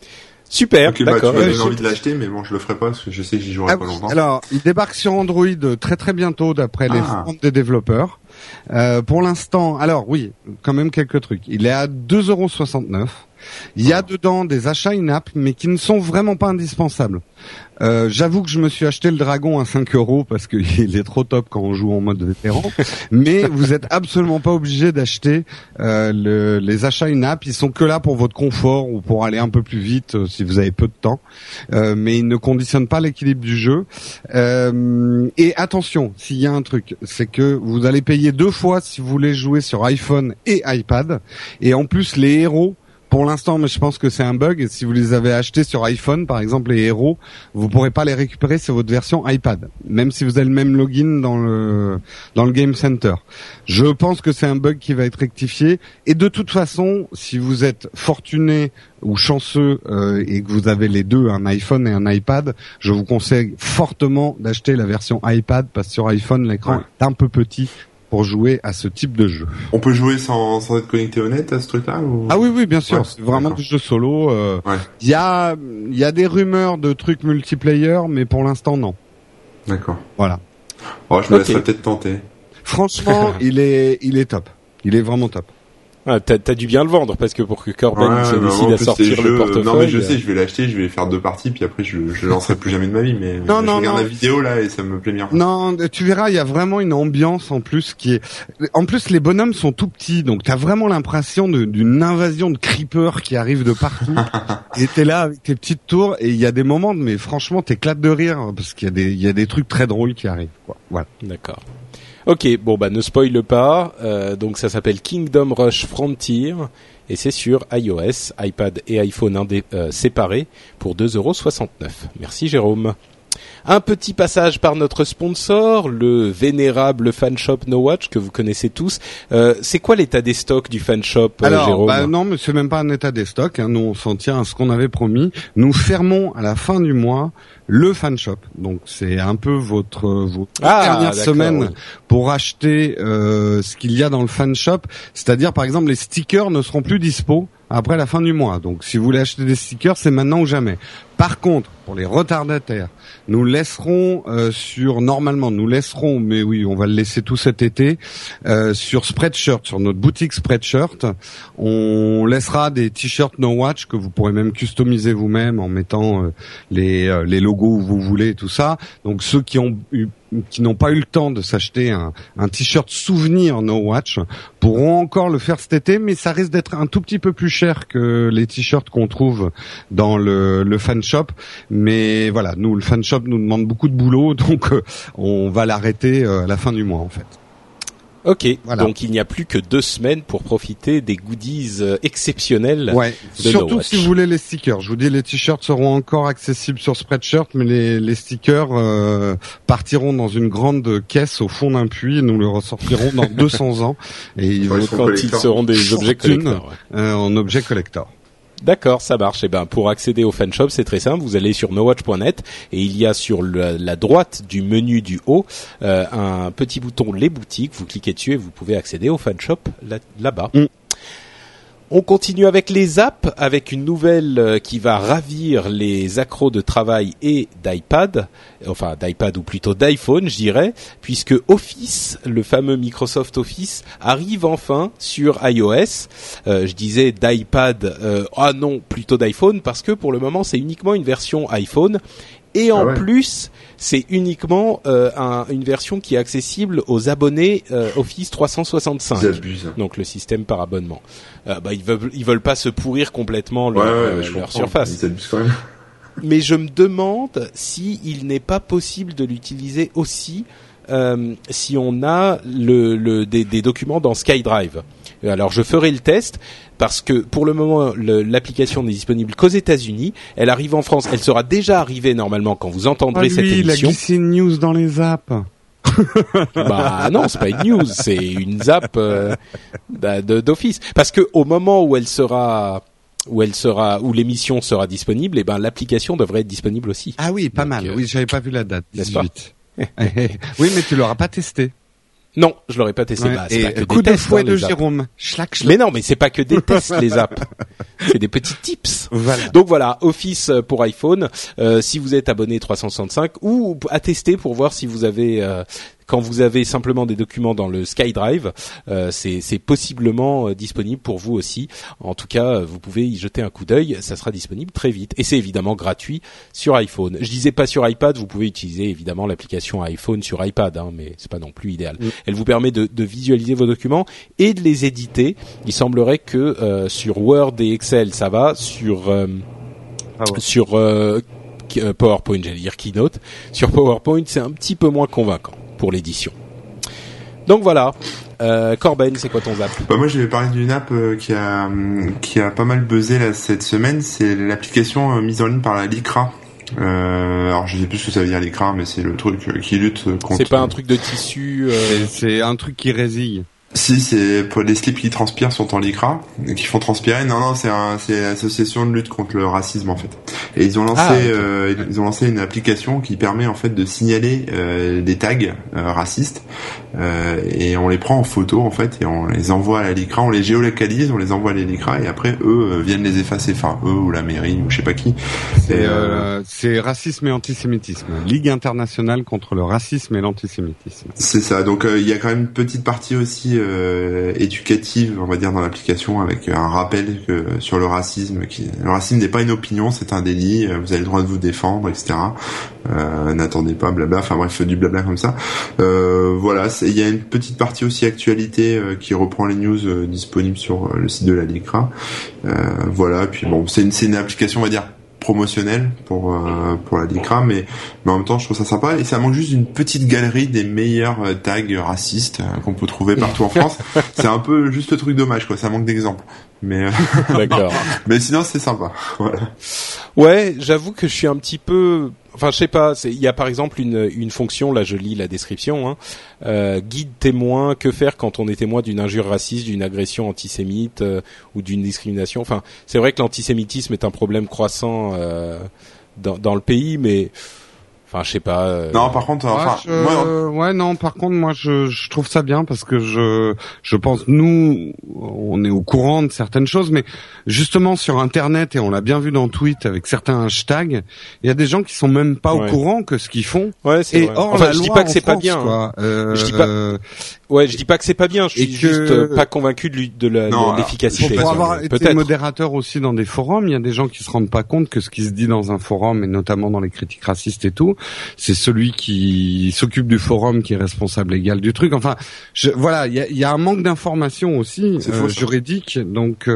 Super, okay, d'accord. Bah, tu m'as donné euh, envie de l'acheter, mais bon, je le ferai pas parce que je sais que j'y jouerai ah, pas longtemps. Alors, il débarque sur Android très très bientôt d'après les ah. forums des développeurs. Euh, pour l'instant, alors oui, quand même quelques trucs. Il est à deux euros soixante-neuf. Il y a dedans des achats in-app, mais qui ne sont vraiment pas indispensables. Euh, j'avoue que je me suis acheté le dragon à cinq euros parce qu'il est trop top quand on joue en mode vétéran. Mais vous êtes absolument pas obligé d'acheter euh, le, les achats in-app. Ils sont que là pour votre confort ou pour aller un peu plus vite euh, si vous avez peu de temps. Euh, mais ils ne conditionnent pas l'équilibre du jeu. Euh, et attention, s'il y a un truc, c'est que vous allez payer deux fois si vous voulez jouer sur iPhone et iPad. Et en plus, les héros, pour l'instant, mais je pense que c'est un bug. Et si vous les avez achetés sur iPhone, par exemple, les héros, vous pourrez pas les récupérer sur votre version iPad, même si vous avez le même login dans le dans le Game Center. Je pense que c'est un bug qui va être rectifié. Et de toute façon, si vous êtes fortuné ou chanceux euh, et que vous avez les deux, un iPhone et un iPad, je vous conseille fortement d'acheter la version iPad parce que sur iPhone, l'écran ouais. est un peu petit pour jouer à ce type de jeu. On peut jouer sans, sans être connecté au net à ce truc-là ou... Ah oui, oui, bien sûr. Ouais, c'est vraiment d'accord. du jeu solo. Euh, ouais. Y a, y a des rumeurs de trucs multiplayer, mais pour l'instant, non. D'accord. Voilà. Oh, je me okay. laisserai peut-être tenter. Franchement, il est, il est top. Il est vraiment top. Ah, t'as, t'as dû bien le vendre parce que pour que Corben ouais, se bah décide à sortir le portefeuille. Non mais je sais, je vais l'acheter, je vais faire deux parties, puis après je je lancerai plus jamais de ma vie. Mais non, je non, regarde non. la vidéo là et ça me plaît bien. Non, tu verras, il y a vraiment une ambiance en plus qui est. En plus, les bonhommes sont tout petits, donc t'as vraiment l'impression de, d'une invasion de creepers qui arrivent de partout. Et t'es là avec tes petites tours et il y a des moments, mais franchement, t'éclates de rire parce qu'il y a des il y a des trucs très drôles qui arrivent. Quoi. Voilà. D'accord. Ok, bon bah ne spoile pas. Euh, donc ça s'appelle Kingdom Rush Frontier et c'est sur iOS, iPad et iPhone indé- euh, séparés pour deux euros soixante-neuf. Merci Jérôme. Un petit passage par notre sponsor, le vénérable fanshop NoWatch que vous connaissez tous. Euh, c'est quoi l'état des stocks du fanshop, euh, Alors, Jérôme? bah non, mais c'est même pas un état des stocks. Hein. Nous, on s'en tient à ce qu'on avait promis. Nous fermons à la fin du mois le fanshop. Donc, c'est un peu votre, votre ah, dernière semaine oui. pour acheter euh, ce qu'il y a dans le fanshop. C'est-à-dire, par exemple, les stickers ne seront plus dispo après la fin du mois. Donc, si vous voulez acheter des stickers, c'est maintenant ou jamais. Par contre, pour les retardataires, nous laisserons euh, sur normalement nous laisserons, mais oui, on va le laisser tout cet été euh, sur Spreadshirt, sur notre boutique Spreadshirt. On laissera des t-shirts NoWatch que vous pourrez même customiser vous-même en mettant euh, les euh, les logos où vous voulez, tout ça. Donc ceux qui ont eu qui n'ont pas eu le temps de s'acheter un, un t-shirt souvenir NoWatch pourront encore le faire cet été, mais ça risque d'être un tout petit peu plus cher que les t-shirts qu'on trouve dans le, le fan shop. Mais voilà, nous, le fan shop nous demande beaucoup de boulot, donc euh, on va l'arrêter euh, à la fin du mois en fait. Ok, voilà. Donc il n'y a plus que deux semaines pour profiter des goodies euh, exceptionnels. Ouais. De Surtout NoWatch. si vous voulez les stickers. Je vous dis, les t-shirts seront encore accessibles sur Spreadshirt, mais les, les stickers euh, partiront dans une grande caisse au fond d'un puits et nous les ressortirons dans deux cents ans. Et ils Ouais, vont Quand ils seront des objets collector. Ouais. euh, en objets collector. D'accord, ça marche. Et ben pour accéder au fanshop, c'est très simple. Vous allez sur nowatch point net et il y a sur le, la droite du menu du haut euh, un petit bouton les boutiques. Vous cliquez dessus et vous pouvez accéder au fanshop là, là-bas. Mm. On continue avec les apps, avec une nouvelle euh, qui va ravir les accros de travail et d'iPad, enfin d'iPad ou plutôt d'iPhone, je dirais, puisque Office, le fameux Microsoft Office, arrive enfin sur iOS. Euh, je disais d'iPad, euh, ah non, plutôt d'iPhone, parce que pour le moment c'est uniquement une version iPhone. Et en ah ouais. plus, c'est uniquement euh, un, une version qui est accessible aux abonnés euh, Office trois cent soixante-cinq. Ils abusent. Donc le système par abonnement. Euh, bah ils veulent ils veulent pas se pourrir complètement leur, ouais, ouais, euh, leur surface. Ils abusent quand même. Mais je me demande si il n'est pas possible de l'utiliser aussi euh, si on a le, le des, des documents dans SkyDrive. Alors je ferai le test parce que pour le moment le, l'application n'est disponible qu'aux États-Unis. Elle arrive en France. Elle sera déjà arrivée normalement quand vous entendrez ah, lui, cette émission. Il a glissé une news dans les apps. Bah non, c'est pas une news, c'est une zap euh, de, d'office. Parce que au moment où elle sera où elle sera où l'émission sera disponible, et eh ben l'application devrait être disponible aussi. Ah oui, pas Donc, mal. Euh, oui, j'avais pas vu la date. dix-huit. Oui, mais tu l'auras pas testé. Non, je l'aurais pas testé. Ouais, bah, c'est et pas que coup des de tests, fouet hein, de les apps. Jérôme. Schlac, schlac. Mais non, mais c'est pas que des tests les apps. C'est des petits tips. Voilà. Donc voilà, Office pour iPhone. Euh, si vous êtes abonné trois cent soixante-cinq ou à tester pour voir si vous avez euh, quand vous avez simplement des documents dans le SkyDrive, euh, c'est, c'est possiblement euh, disponible pour vous aussi. En tout cas, vous pouvez y jeter un coup d'œil. Ça sera disponible très vite et c'est évidemment gratuit sur iPhone. Je disais pas sur iPad. Vous pouvez utiliser évidemment l'application iPhone sur iPad, hein, mais c'est pas non plus idéal. Mm. Elle vous permet de, de visualiser vos documents et de les éditer. Il semblerait que euh, sur Word et Excel, ça va. Sur euh, ah ouais. sur euh, PowerPoint, j'allais dire Keynote. Sur PowerPoint, c'est un petit peu moins convaincant pour l'édition. Donc voilà. Euh, Corben, c'est quoi ton zap ? Bah moi, je vais parler d'une app euh, qui a qui a pas mal buzzé là cette semaine. C'est l'application euh, mise en ligne par la Lycra. Euh, alors je sais plus ce que ça veut dire Lycra, mais c'est le truc euh, qui lutte contre. C'est pas un truc de tissu. Euh... C'est, c'est un truc qui résille. Si, c'est pour les slips qui transpirent sont en lycra, qui font transpirer. Non, non, c'est un, c'est l'association de lutte contre le racisme en fait. Et ils ont lancé, ah, okay. euh, ils ont lancé une application qui permet en fait de signaler euh, des tags euh, racistes euh, et on les prend en photo en fait et on les envoie à la lycra, on les géolocalise, on les envoie à la lycra et après eux euh, viennent les effacer, enfin eux ou la mairie ou je sais pas qui. C'est, et, euh, c'est racisme et antisémitisme, Ligue internationale contre le racisme et l'antisémitisme. C'est ça. Donc il euh, y a quand même une petite partie aussi euh, éducative, on va dire, dans l'application, avec un rappel que sur le racisme. Qui, le racisme n'est pas une opinion, c'est un délit. Vous avez le droit de vous défendre, et cetera. Euh, n'attendez pas, blabla. Enfin bref, du blabla comme ça. Euh, voilà, il y a une petite partie aussi actualité euh, qui reprend les news euh, disponibles sur euh, le site de la Lycra. Euh, voilà, puis bon, c'est une, c'est une application, on va dire, promotionnelle pour euh, pour la Lycra, mais mais en même temps je trouve ça sympa, et ça manque juste d'une petite galerie des meilleurs euh, tags racistes euh, qu'on peut trouver partout en France. C'est un peu juste le truc dommage, quoi, ça manque d'exemples, mais euh... d'accord. Mais sinon c'est sympa, voilà. Ouais, j'avoue que je suis un petit peu, enfin je sais pas, c'est... il y a par exemple une une fonction, là je lis la description, hein, euh, guide témoin, que faire quand on est témoin d'une injure raciste, d'une agression antisémite euh, ou d'une discrimination. Enfin, c'est vrai que l'antisémitisme est un problème croissant euh, dans dans le pays, mais enfin je sais pas. Euh... Non, par contre, enfin, ouais, je... moi... ouais, non, par contre, moi, je, je trouve ça bien parce que je, je pense, nous, on est au courant de certaines choses, mais justement sur Internet, et on l'a bien vu dans Tweet avec certains hashtags, il y a des gens qui sont même pas ouais. au courant que ce qu'ils font. Ouais, c'est et vrai. Or, enfin, la je loi dis pas que c'est France, pas bien. Quoi. Euh, je dis pas. Euh... Ouais, je dis pas que c'est pas bien. Je suis que... juste euh, pas convaincu de, de, la, non, de l'efficacité. Pour avoir été Peut-être. modérateur aussi dans des forums, il y a des gens qui se rendent pas compte que ce qui se dit dans un forum, et notamment dans les critiques racistes et tout, c'est celui qui s'occupe du forum qui est responsable légal du truc. Enfin, je, voilà, il y a, y a un manque d'information aussi euh, faux, juridique, donc.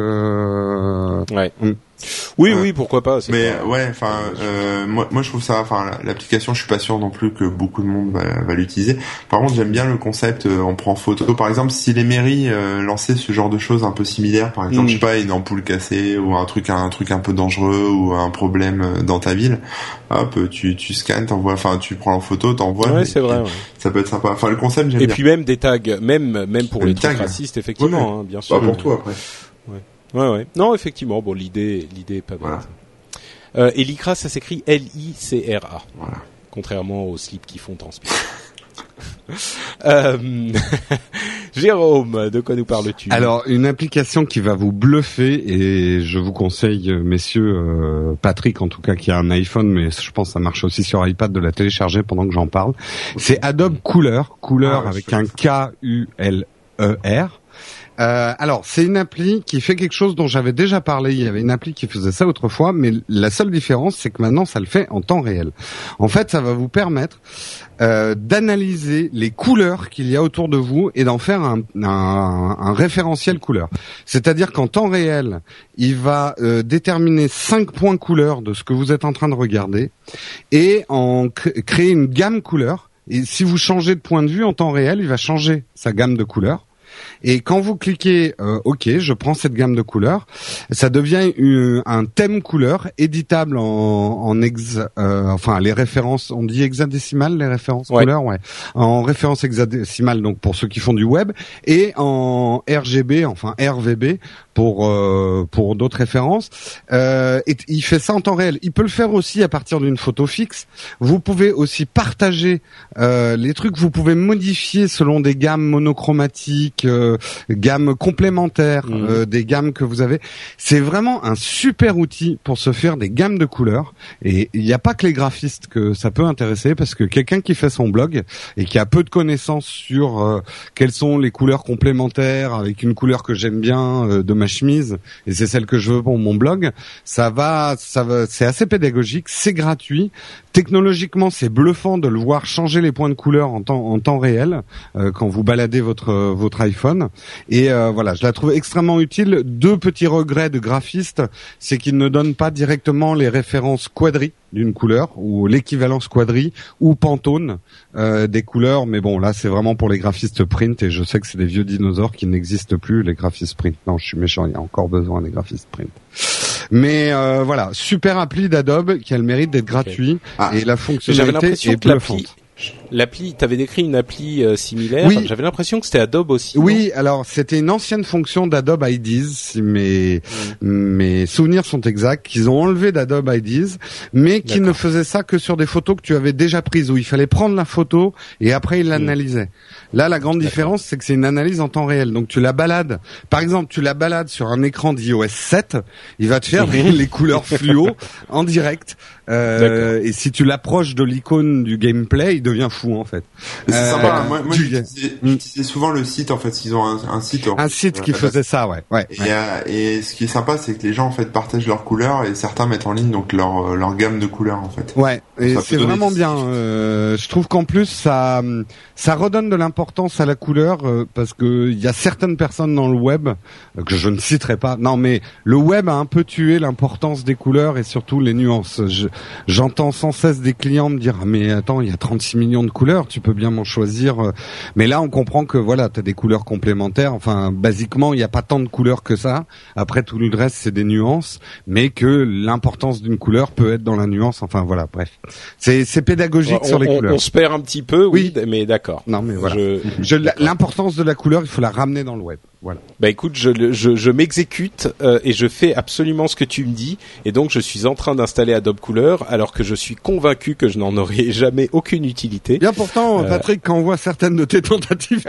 Euh... Ouais. On... Oui, ouais. oui, pourquoi pas. C'est mais pas... ouais, enfin, euh, moi, moi, je trouve ça. Enfin, l'application, je suis pas sûr non plus que beaucoup de monde va, va l'utiliser. Par contre, j'aime bien le concept. Euh, on prend photo. Par exemple, si les mairies euh, lançaient ce genre de choses un peu similaires, par exemple, mm. je sais pas, une ampoule cassée ou un truc, un truc un peu dangereux ou un problème dans ta ville, hop, tu, tu scannes, t'envoies. Enfin, tu prends en photo, t'envoies. Ouais, c'est vrai. Ouais. Ça peut être sympa. Enfin, le concept, j'aime Et bien. puis même des tags, même même pour les, les trucs racistes, effectivement, ouais, hein, bien sûr. Pas pour toi après. Ouais. Ouais, ouais. Non, effectivement, bon, l'idée, l'idée est pas bonne. Voilà. Euh, et Lycra, ça s'écrit L I C R A. Voilà. Contrairement aux slips qui font transpirer. euh, Jérôme, de quoi nous parles-tu? Alors, une application qui va vous bluffer, et je vous conseille, messieurs, euh, Patrick en tout cas, qui a un iPhone, mais je pense que ça marche aussi sur iPad, de la télécharger pendant que j'en parle. C'est Adobe Couleur, Couleur ah, avec un K U L E R. Euh, alors, c'est une appli qui fait quelque chose dont j'avais déjà parlé. Il y avait une appli qui faisait ça autrefois, mais la seule différence, c'est que maintenant, ça le fait en temps réel. En fait, ça va vous permettre euh, d'analyser les couleurs qu'il y a autour de vous et d'en faire un, un, un référentiel couleur. C'est-à-dire qu'en temps réel, il va euh, déterminer cinq points couleurs de ce que vous êtes en train de regarder et en cr- créer une gamme couleur. Et si vous changez de point de vue en temps réel, il va changer sa gamme de couleurs. Et quand vous cliquez euh, OK, je prends cette gamme de couleurs, ça devient une, un thème couleur éditable en, en ex, euh, enfin les références, on dit hexadécimal les références ouais. couleurs, ouais, en référence hexadécimale donc pour ceux qui font du web, et en R G B, enfin R V B pour euh, pour d'autres références. Euh, et il fait ça en temps réel. Il peut le faire aussi à partir d'une photo fixe. Vous pouvez aussi partager euh, les trucs. Vous pouvez modifier selon des gammes monochromatiques. Euh, gammes complémentaires, mmh. euh, des gammes que vous avez. C'est vraiment un super outil pour se faire des gammes de couleurs. Et il n'y a pas que les graphistes que ça peut intéresser, parce que quelqu'un qui fait son blog et qui a peu de connaissances sur euh, quelles sont les couleurs complémentaires avec une couleur que j'aime bien euh, de ma chemise, et c'est celle que je veux pour mon blog, ça va, ça va, c'est assez pédagogique, c'est gratuit. Technologiquement, c'est bluffant de le voir changer les points de couleur en temps en temps réel euh, quand vous baladez votre euh, votre iPhone. Et euh, voilà, je la trouve extrêmement utile. Deux petits regrets de graphiste, c'est qu'il ne donne pas directement les références quadri d'une couleur ou l'équivalence quadri ou Pantone euh, des couleurs. Mais bon, là, c'est vraiment pour les graphistes print, et je sais que c'est des vieux dinosaures qui n'existent plus, les graphistes print. Non, je suis méchant, il y a encore besoin des graphistes print. Mais euh, voilà, super appli d'Adobe qui a le mérite d'être gratuit, okay. ah, et la fonctionnalité est bluffante. L'appli, t'avais décrit une appli euh, similaire. Oui. J'avais l'impression que c'était Adobe aussi. Oui, alors c'était une ancienne fonction d'Adobe I D S, si mes mmh. mes souvenirs sont exacts, qu'ils ont enlevé d'Adobe I D S, mais qui ne faisait ça que sur des photos que tu avais déjà prises, où il fallait prendre la photo et après il l'analysait. Mmh. Là, la grande D'accord. différence, c'est que c'est une analyse en temps réel. Donc tu la balades. Par exemple, tu la balades sur un écran d'iOS sept, il va te faire les couleurs fluo en direct. Euh, et si tu l'approches de l'icône du gameplay, il devient fou en fait. C'est euh, sympa. Moi, moi du... j'utilisais, j'utilisais souvent le site en fait. Ils ont un, un site. Un site qui faisait ça, ouais. ouais, et, ouais. Euh, et ce qui est sympa, c'est que les gens en fait partagent leurs couleurs et certains mettent en ligne donc leur leur gamme de couleurs en fait. Ouais. Et ça c'est vraiment des... bien. Euh, je trouve qu'en plus ça ça redonne de l'importance à la couleur euh, parce que il y a certaines personnes dans le web euh, que je ne citerai pas. Non, mais le web a un peu tué l'importance des couleurs et surtout les nuances. Je, j'entends sans cesse des clients me dire ah, mais attends, il y a trente-six millions de couleurs, tu peux bien m'en choisir. Mais là, on comprend que voilà, t'as des couleurs complémentaires. Enfin, basiquement, il n'y a pas tant de couleurs que ça. Après, tout le reste, c'est des nuances, mais que l'importance d'une couleur peut être dans la nuance. Enfin, voilà, bref. C'est, c'est pédagogique on, sur les on, couleurs. On se perd un petit peu, oui, oui. mais d'accord. Non, mais voilà. Je... Je, l'importance de la couleur, il faut la ramener dans le web. Voilà. Bah écoute, je, je, je m'exécute euh, et je fais absolument ce que tu me dis. Et donc, je suis en train d'installer Adobe Couleur, alors que je suis convaincu que je n'en aurai jamais aucune utilité. Bien pourtant, euh... Patrick, quand on voit certaines de tes tentatives,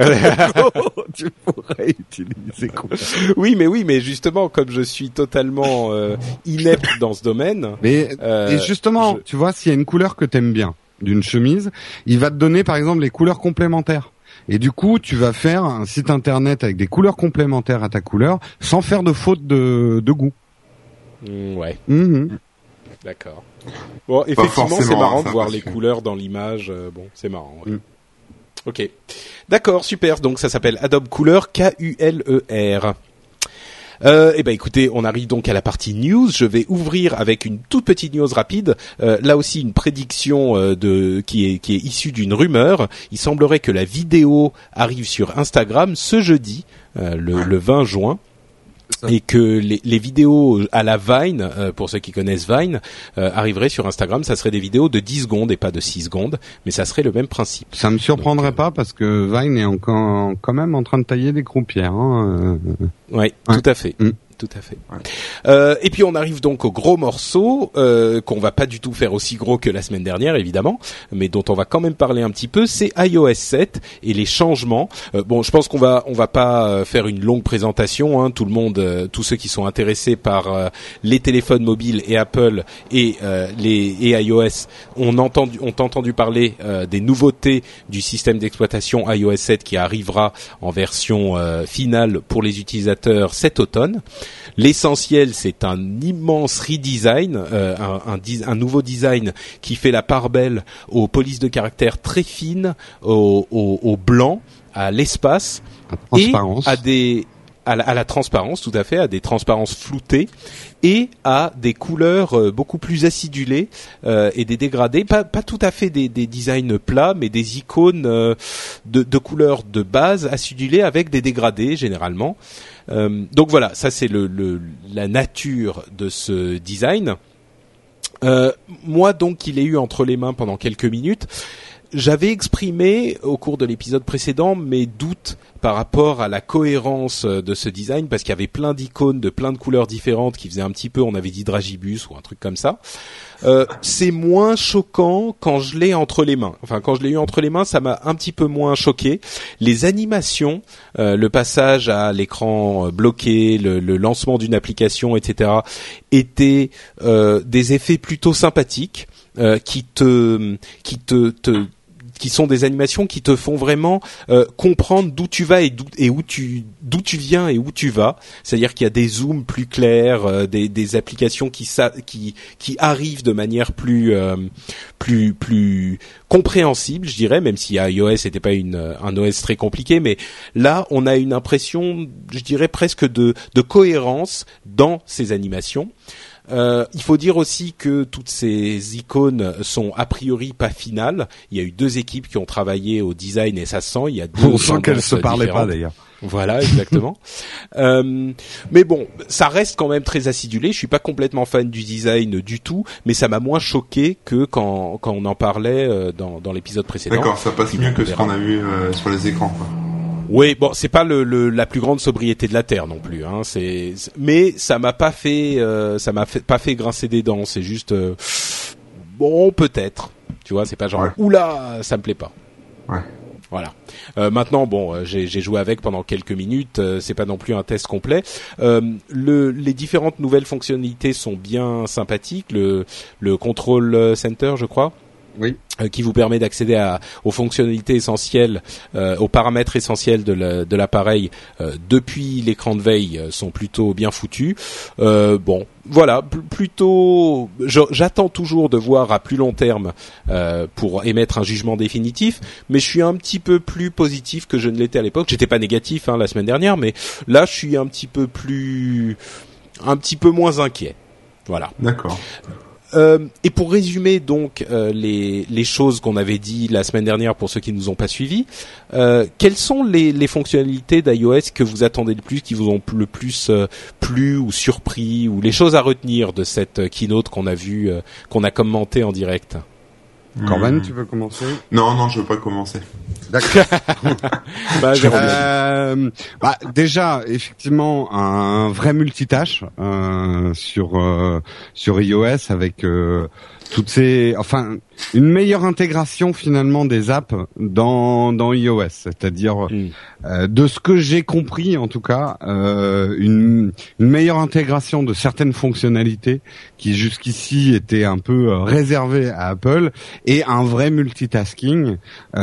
tu pourrais utiliser Couleur. Oui, mais oui, mais justement, comme je suis totalement euh, inepte dans ce domaine. Mais euh, et justement, je... tu vois, s'il y a une couleur que t'aimes bien d'une chemise, il va te donner, par exemple, les couleurs complémentaires. Et du coup, tu vas faire un site internet avec des couleurs complémentaires à ta couleur, sans faire de faute de, de goût. Mmh, ouais. Mmh. D'accord. Bon, effectivement, c'est marrant de voir les couleurs dans l'image. Euh, bon, c'est marrant. Ouais. Mmh. Ok. D'accord, super. Donc ça s'appelle Adobe Couleur, K U L E R. Euh, eh ben écoutez, on arrive donc à la partie news. Je vais ouvrir avec une toute petite news rapide. Euh, là aussi une prédiction euh, de qui est qui est issue d'une rumeur. Il semblerait que la vidéo arrive sur Instagram ce jeudi, euh, le, le vingt juin. Et que les, les vidéos à la Vine, euh, pour ceux qui connaissent Vine, euh, arriveraient sur Instagram. Ça serait des vidéos de dix secondes et pas de six secondes, mais ça serait le même principe. Ça me surprendrait Donc, pas parce que Vine est encore quand même en train de tailler des croupières. Hein. Oui, ouais. Tout à fait. Mm. Tout à fait. Ouais. Euh, et puis on arrive donc au gros morceau euh, qu'on va pas du tout faire aussi gros que la semaine dernière évidemment, mais dont on va quand même parler un petit peu. C'est i O S sept et les changements. Euh, bon, je pense qu'on va on va pas faire une longue présentation. Hein, tout le monde, euh, tous ceux qui sont intéressés par euh, les téléphones mobiles et Apple et euh, les et iOS ont entendu ont entendu parler euh, des nouveautés du système d'exploitation i O S sept qui arrivera en version euh, finale pour les utilisateurs cet automne. L'essentiel, c'est un immense redesign, euh, un, un, un nouveau design qui fait la part belle aux polices de caractère très fines, au, au, au blanc, à l'espace et à des à la, à la transparence, tout à fait, à des transparences floutées et à des couleurs euh, beaucoup plus acidulées euh, et des dégradés, pas, pas tout à fait des, des designs plats, mais des icônes euh, de, de couleurs de base acidulées avec des dégradés généralement. Euh, donc voilà, ça c'est le, le, la nature de ce design. Euh, moi donc, qui l'ai eu entre les mains pendant quelques minutes, j'avais exprimé au cours de l'épisode précédent mes doutes par rapport à la cohérence de ce design, parce qu'il y avait plein d'icônes de plein de couleurs différentes qui faisaient un petit peu, on avait dit dragibus ou un truc comme ça. Euh, c'est moins choquant quand je l'ai entre les mains. Enfin, quand je l'ai eu entre les mains, ça m'a un petit peu moins choqué. Les animations, euh, le passage à l'écran bloqué, le, le lancement d'une application, et cetera, étaient euh, des effets plutôt sympathiques euh, qui te, qui te, te qui sont des animations qui te font vraiment euh, comprendre d'où tu vas et d'où et où tu d'où tu viens et où tu vas. C'est-à-dire qu'il y a des zooms plus clairs, euh, des des applications qui ça, qui qui arrivent de manière plus euh, plus plus compréhensible, je dirais, même si iOS n'était pas une un O S très compliqué, mais là on a une impression, je dirais presque de de cohérence dans ces animations. Euh, il faut dire aussi que toutes ces icônes sont a priori pas finales. Il y a eu deux équipes qui ont travaillé au design et ça se sent. Il y a deux On sent qu'elles se parlaient différentes. pas d'ailleurs. Voilà, exactement. euh, mais bon, ça reste quand même très acidulé. Je suis pas complètement fan du design du tout, mais ça m'a moins choqué que quand quand on en parlait dans dans l'épisode précédent. D'accord, ça passe mieux que ce qu'on a vu euh, sur les écrans, quoi. Oui, bon, c'est pas le, le la plus grande sobriété de la terre non plus, hein. C'est, mais ça m'a pas fait, euh, ça m'a fait, pas fait grincer des dents. C'est juste, euh, bon, peut-être. Tu vois, c'est pas genre, ouais. Oula, ça me plaît pas. Ouais. Voilà. Euh, maintenant, bon, euh, j'ai, j'ai joué avec pendant quelques minutes. Euh, c'est pas non plus un test complet. Euh, le, les différentes nouvelles fonctionnalités sont bien sympathiques. Le, le Control Center, je crois. Oui. Euh, qui vous permet d'accéder à, aux fonctionnalités essentielles, euh, aux paramètres essentiels de, la, de l'appareil euh, depuis l'écran de veille euh, sont plutôt bien foutus. Euh, bon, voilà, p- plutôt. Je, j'attends toujours de voir à plus long terme euh, pour émettre un jugement définitif, mais je suis un petit peu plus positif que je ne l'étais à l'époque. J'étais pas négatif hein, la semaine dernière, mais là je suis un petit peu plus, un petit peu moins inquiet. Voilà. D'accord. Euh, et pour résumer donc euh, les, les choses qu'on avait dit la semaine dernière pour ceux qui nous ont pas suivis, euh, quelles sont les, les fonctionnalités d'iOS que vous attendez le plus, qui vous ont le plus euh, plu ou surpris, ou les choses à retenir de cette keynote qu'on a vue, euh, qu'on a commentée en direct? Corben, Mmh. tu veux commencer? Non, non, je veux pas commencer. D'accord. bah, euh, bah, déjà, effectivement, un vrai multitâche euh, sur euh, sur iOS avec euh, toutes ces, enfin, une meilleure intégration finalement des apps dans dans iOS, c'est-à-dire mm. euh, de ce que j'ai compris en tout cas, euh, une une meilleure intégration de certaines fonctionnalités qui jusqu'ici étaient un peu euh, réservées à Apple, et un vrai multitasking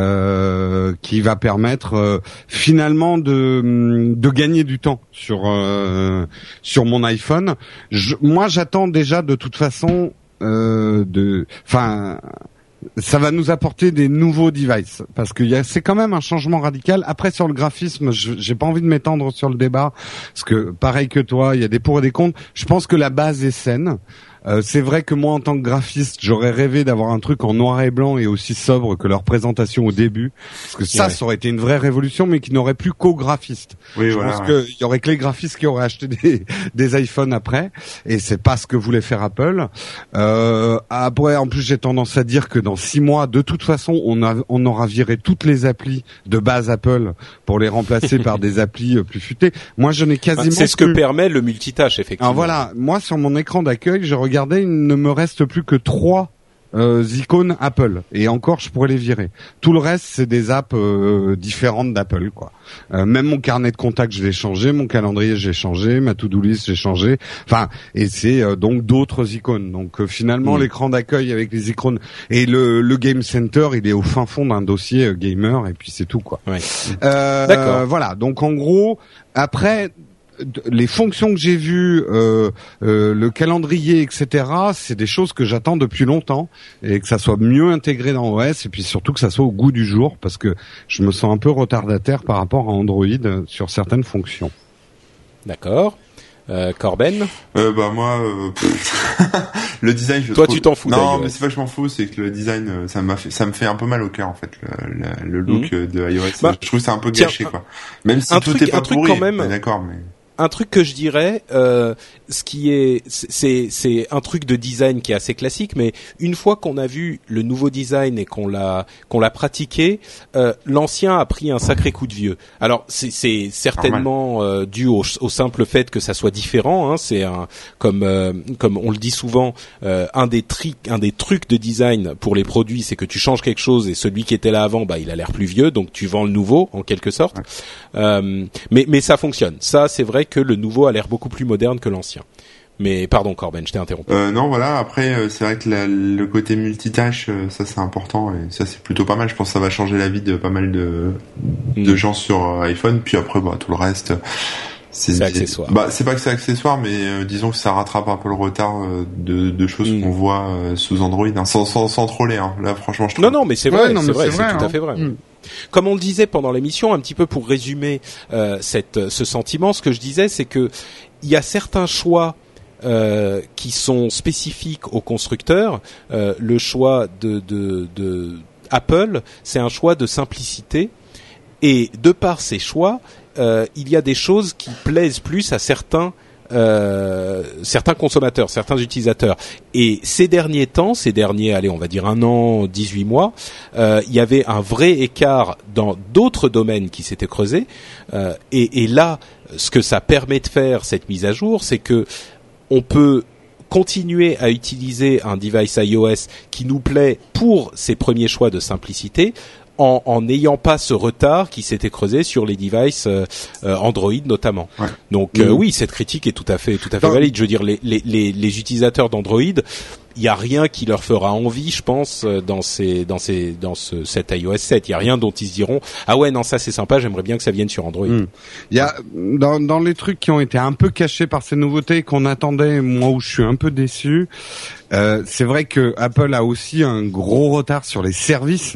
euh, qui va permettre euh, finalement de de gagner du temps sur euh, sur mon iPhone. Je, moi, j'attends déjà de toute façon euh, de, enfin. Ça va nous apporter des nouveaux devices parce que y a, c'est quand même un changement radical. Après, sur le graphisme, je, j'ai pas envie de m'étendre sur le débat parce que pareil que toi, il y a des pour et des contre. Je pense que la base est saine. Euh, c'est vrai que moi, en tant que graphiste, j'aurais rêvé d'avoir un truc en noir et blanc et aussi sobre que leur présentation au début, parce que ça, ouais. ça aurait été une vraie révolution, mais qui n'aurait plus qu'aux graphistes. Oui, je voilà, pense ouais. qu'il y aurait que les graphistes qui auraient acheté des, des iPhones après, et c'est pas ce que voulait faire Apple. Euh, après, en plus, j'ai tendance à dire que dans six mois, de toute façon, on, a, on aura viré toutes les applis de base Apple pour les remplacer par des applis plus futées. Moi, je n'ai quasiment C'est ce plus... que permet le multitâche, effectivement. Alors voilà, moi, sur mon écran d'accueil, je regardez, il ne me reste plus que trois euh, icônes Apple, et encore je pourrais les virer. Tout le reste, c'est des apps euh, différentes d'Apple, quoi. Euh, même mon carnet de contacts, je l'ai changé, mon calendrier, j'ai changé, ma to-do list, j'ai changé. Enfin, et c'est euh, donc d'autres icônes. Donc euh, finalement, mmh. l'écran d'accueil avec les icônes et le, le Game Center, il est au fin fond d'un dossier euh, gamer, et puis c'est tout, quoi. Ouais. Euh, D'accord. Voilà. Donc en gros, après. Les fonctions que j'ai vues, euh, euh, le calendrier, et cetera, c'est des choses que j'attends depuis longtemps, et que ça soit mieux intégré dans O S, et puis surtout que ça soit au goût du jour, parce que je me sens un peu retardataire par rapport à Android sur certaines fonctions. D'accord. Euh, Corben euh, Bah moi, euh, le design. Je Toi, trouve... tu t'en fous. Non, d'iOS. mais c'est pas que je m'en fous, c'est que le design, ça m'a fait, ça me fait un peu mal au cœur en fait, le, le, le look mmh. de iOS. Bah, je trouve que c'est un peu tiens, gâché, quoi. Même si un tout truc, est pas un truc pourri. Quand même... D'accord, mais. Un truc que je dirais, euh, ce qui est, c'est, c'est un truc de design qui est assez classique, mais une fois qu'on a vu le nouveau design et qu'on l'a, qu'on l'a pratiqué, euh, l'ancien a pris un sacré coup de vieux. Alors c'est, c'est certainement euh, dû au, au simple fait que ça soit différent. Hein, c'est un, comme, euh, comme on le dit souvent, euh, un des trucs, un des trucs de design pour les produits, c'est que tu changes quelque chose et celui qui était là avant, bah il a l'air plus vieux, donc tu vends le nouveau en quelque sorte. Euh, mais, mais ça fonctionne. Ça, c'est vrai que le nouveau a l'air beaucoup plus moderne que l'ancien. Mais pardon Corben, je t'ai interrompu. Euh, non, voilà. Après, euh, c'est vrai que la, le côté multitâche, euh, ça c'est important et ça c'est plutôt pas mal. Je pense que ça va changer la vie de pas mal de de mmh. gens sur euh, iPhone. Puis après, bah tout le reste, c'est, c'est accessoire. Bah c'est pas que c'est accessoire, mais euh, disons que ça rattrape un peu le retard euh, de, de choses mmh. qu'on voit euh, sous Android, hein, sans, sans sans troller. Hein. Là, franchement, je trouve. Non, non, mais c'est vrai, ouais, non, c'est, mais vrai c'est c'est vrai, tout hein. à fait vrai. Mmh. Comme on le disait pendant l'émission, un petit peu pour résumer euh, cette, ce sentiment, ce que je disais, c'est que il y a certains choix euh, qui sont spécifiques aux constructeurs. Euh, le choix de, de, de Apple, c'est un choix de simplicité, et de par ces choix, euh, il y a des choses qui plaisent plus à certains. Euh, certains consommateurs, certains utilisateurs. Et ces derniers temps, ces derniers, allez, on va dire un an, dix-huit mois, euh, il y avait un vrai écart dans d'autres domaines qui s'étaient creusés. Euh, et, et là, ce que ça permet de faire, cette mise à jour, c'est que on peut continuer à utiliser un device iOS qui nous plaît pour ses premiers choix de simplicité, en en n'ayant pas ce retard qui s'était creusé sur les devices euh, euh, Android notamment. Ouais. Donc mmh. euh, oui, cette critique est tout à fait tout à fait non. valide. Je veux dire, les les les, les utilisateurs d'Android, il y a rien qui leur fera envie, je pense, dans ces dans ces dans ce cet iOS sept. Il y a rien dont ils se diront ah ouais non ça c'est sympa, j'aimerais bien que ça vienne sur Android. Il mmh. y a dans dans les trucs qui ont été un peu cachés par ces nouveautés qu'on attendait, moi où je suis un peu déçu, euh, c'est vrai que Apple a aussi un gros retard sur les services.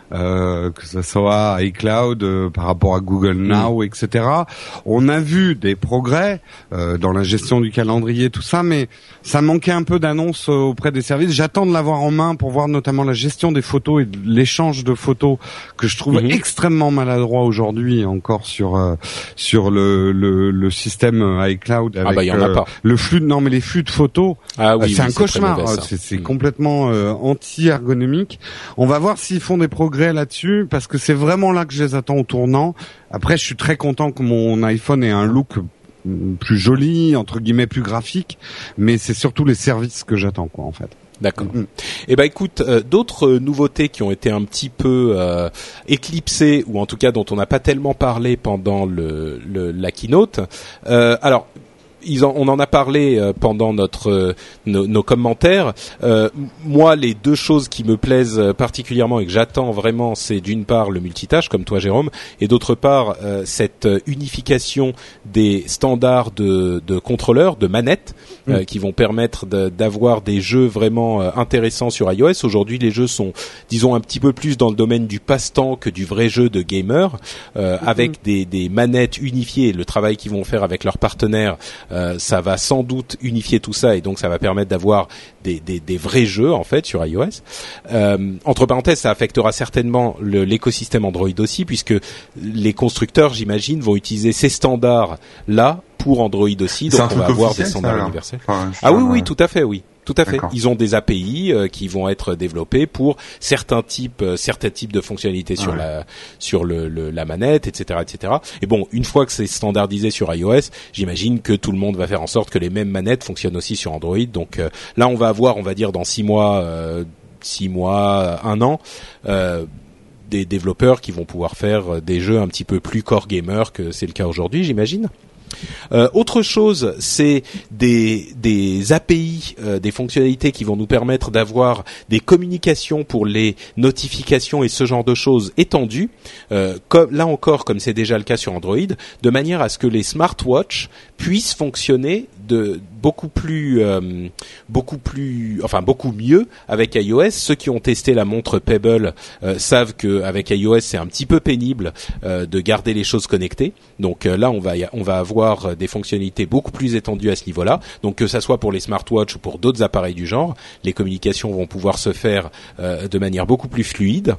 Euh, que ce soit iCloud euh, par rapport à Google Now, mmh. et cetera. On a vu des progrès euh, dans la gestion du calendrier, tout ça, mais ça manquait un peu d'annonces auprès des services. J'attends de l'avoir en main pour voir notamment la gestion des photos et de l'échange de photos que je trouve mmh. extrêmement maladroit aujourd'hui encore sur euh, sur le, le le système iCloud avec ah bah, y en a euh, pas. le flux de, non mais les flux de photos. Ah oui, euh, c'est oui, un c'est cauchemar. mauvais, c'est c'est mmh. complètement euh, anti-ergonomique. On va voir s'ils font des progrès là-dessus parce que c'est vraiment là que je les attends au tournant. Après, je suis très content que mon iPhone ait un look plus joli, entre guillemets plus graphique, mais c'est surtout les services que j'attends, quoi, en fait. D'accord. Mm-hmm. Eh ben écoute, euh, d'autres nouveautés qui ont été un petit peu euh, éclipsées ou en tout cas dont on n'a pas tellement parlé pendant le, le la keynote. Euh, alors. Ils en, on en a parlé euh, pendant notre euh, nos, nos commentaires. Euh, moi, les deux choses qui me plaisent particulièrement et que j'attends vraiment, c'est d'une part le multitâche, comme toi, Jérôme, et d'autre part euh, cette unification des standards de, de contrôleurs, de manettes, mmh. euh, qui vont permettre de, d'avoir des jeux vraiment euh, intéressants sur iOS. Aujourd'hui, les jeux sont, disons, un petit peu plus dans le domaine du passe-temps que du vrai jeu de gamer, euh, mmh. avec des, des manettes unifiées. Le travail qu'ils vont faire avec leurs partenaires. Euh, ça va sans doute unifier tout ça et donc ça va permettre d'avoir des, des, des vrais jeux en fait sur iOS. Euh, entre parenthèses, ça affectera certainement le, l'écosystème Android aussi puisque les constructeurs, j'imagine, vont utiliser ces standards là pour Android aussi. Donc on va avoir des standards ça, universels. Enfin, ah oui, oui, tout à fait, oui. Tout à fait. D'accord. Ils ont des A P I euh, qui vont être développés pour certains types, euh, certains types de fonctionnalités sur ouais. la, sur le, le, la manette, et cetera, et cetera. Et bon, une fois que c'est standardisé sur iOS, j'imagine que tout le monde va faire en sorte que les mêmes manettes fonctionnent aussi sur Android. Donc euh, là, on va avoir, on va dire, dans six mois, euh, six mois, un an. Euh, des développeurs qui vont pouvoir faire des jeux un petit peu plus core gamer que c'est le cas aujourd'hui, j'imagine. Euh, autre chose, c'est des, des A P I, euh, des fonctionnalités qui vont nous permettre d'avoir des communications pour les notifications et ce genre de choses étendues, euh, comme, là encore, comme c'est déjà le cas sur Android, de manière à ce que les smartwatches puissent fonctionner de beaucoup plus, euh, beaucoup plus, enfin beaucoup mieux avec iOS. Ceux qui ont testé la montre Pebble euh, savent que avec iOS c'est un petit peu pénible euh, de garder les choses connectées. Donc euh, là on va, on va avoir des fonctionnalités beaucoup plus étendues à ce niveau-là. Donc que ça soit pour les smartwatches ou pour d'autres appareils du genre, les communications vont pouvoir se faire euh, de manière beaucoup plus fluide.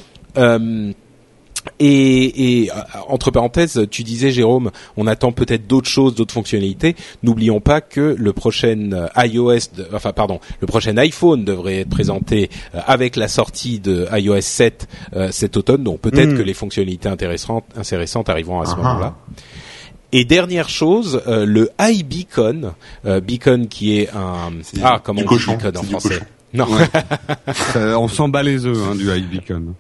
Euh, Et, et entre parenthèses, tu disais, Jérôme, on attend peut-être d'autres choses, d'autres fonctionnalités. N'oublions pas que le prochain iOS, de, enfin pardon, le prochain iPhone devrait être présenté avec la sortie de iOS sept euh, cet automne. Donc peut-être mmh. que les fonctionnalités intéressantes, intéressantes arriveront à ce uh-huh. moment-là. Et dernière chose, euh, le iBeacon, euh, Beacon qui est un c'est ah comment on dit cochon, Beacon en français. Cochon. Non, ouais. On s'en bat les œufs hein, du iBeacon.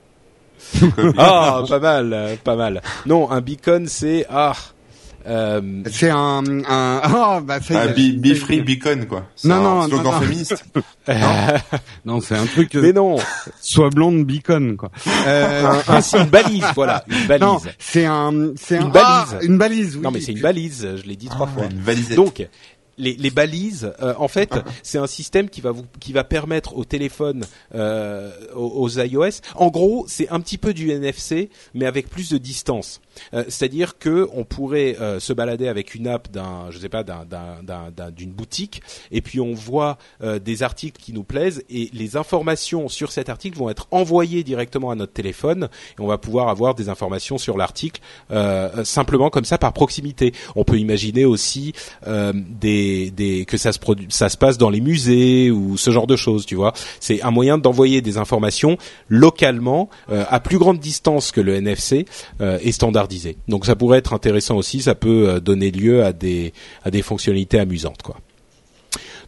Ah, pas mal, pas mal. Non, un beacon, c'est ah. Euh... C'est un un ah bah c'est un be, be free beacon quoi. C'est non, un non, slogan non, non. féministe. non, non c'est un truc. Mais non. Sois blonde beacon quoi. Euh, un, un, c'est une balise, voilà, une balise. Non, c'est un c'est une un, balise. Ah, une balise. Oui. Non mais c'est une balise, je l'ai dit trois ah, fois. Une balisette. Donc Les, les balises, euh, en fait, c'est un système qui va vous, qui va permettre aux téléphones, euh, aux, aux iOS. En gros, c'est un petit peu du N F C, mais avec plus de distance. Euh, c'est-à-dire que on pourrait euh, se balader avec une app d'un, je sais pas, d'un, d'un, d'un, d'un d'une boutique, et puis on voit euh, des articles qui nous plaisent, et les informations sur cet article vont être envoyées directement à notre téléphone, et on va pouvoir avoir des informations sur l'article euh, simplement comme ça par proximité. On peut imaginer aussi euh, des, des que ça se produit, ça se passe dans les musées ou ce genre de choses, tu vois. C'est un moyen d'envoyer des informations localement euh, à plus grande distance que le N F C euh, et standardisé. Donc ça pourrait être intéressant aussi, ça peut donner lieu à des à des fonctionnalités amusantes quoi.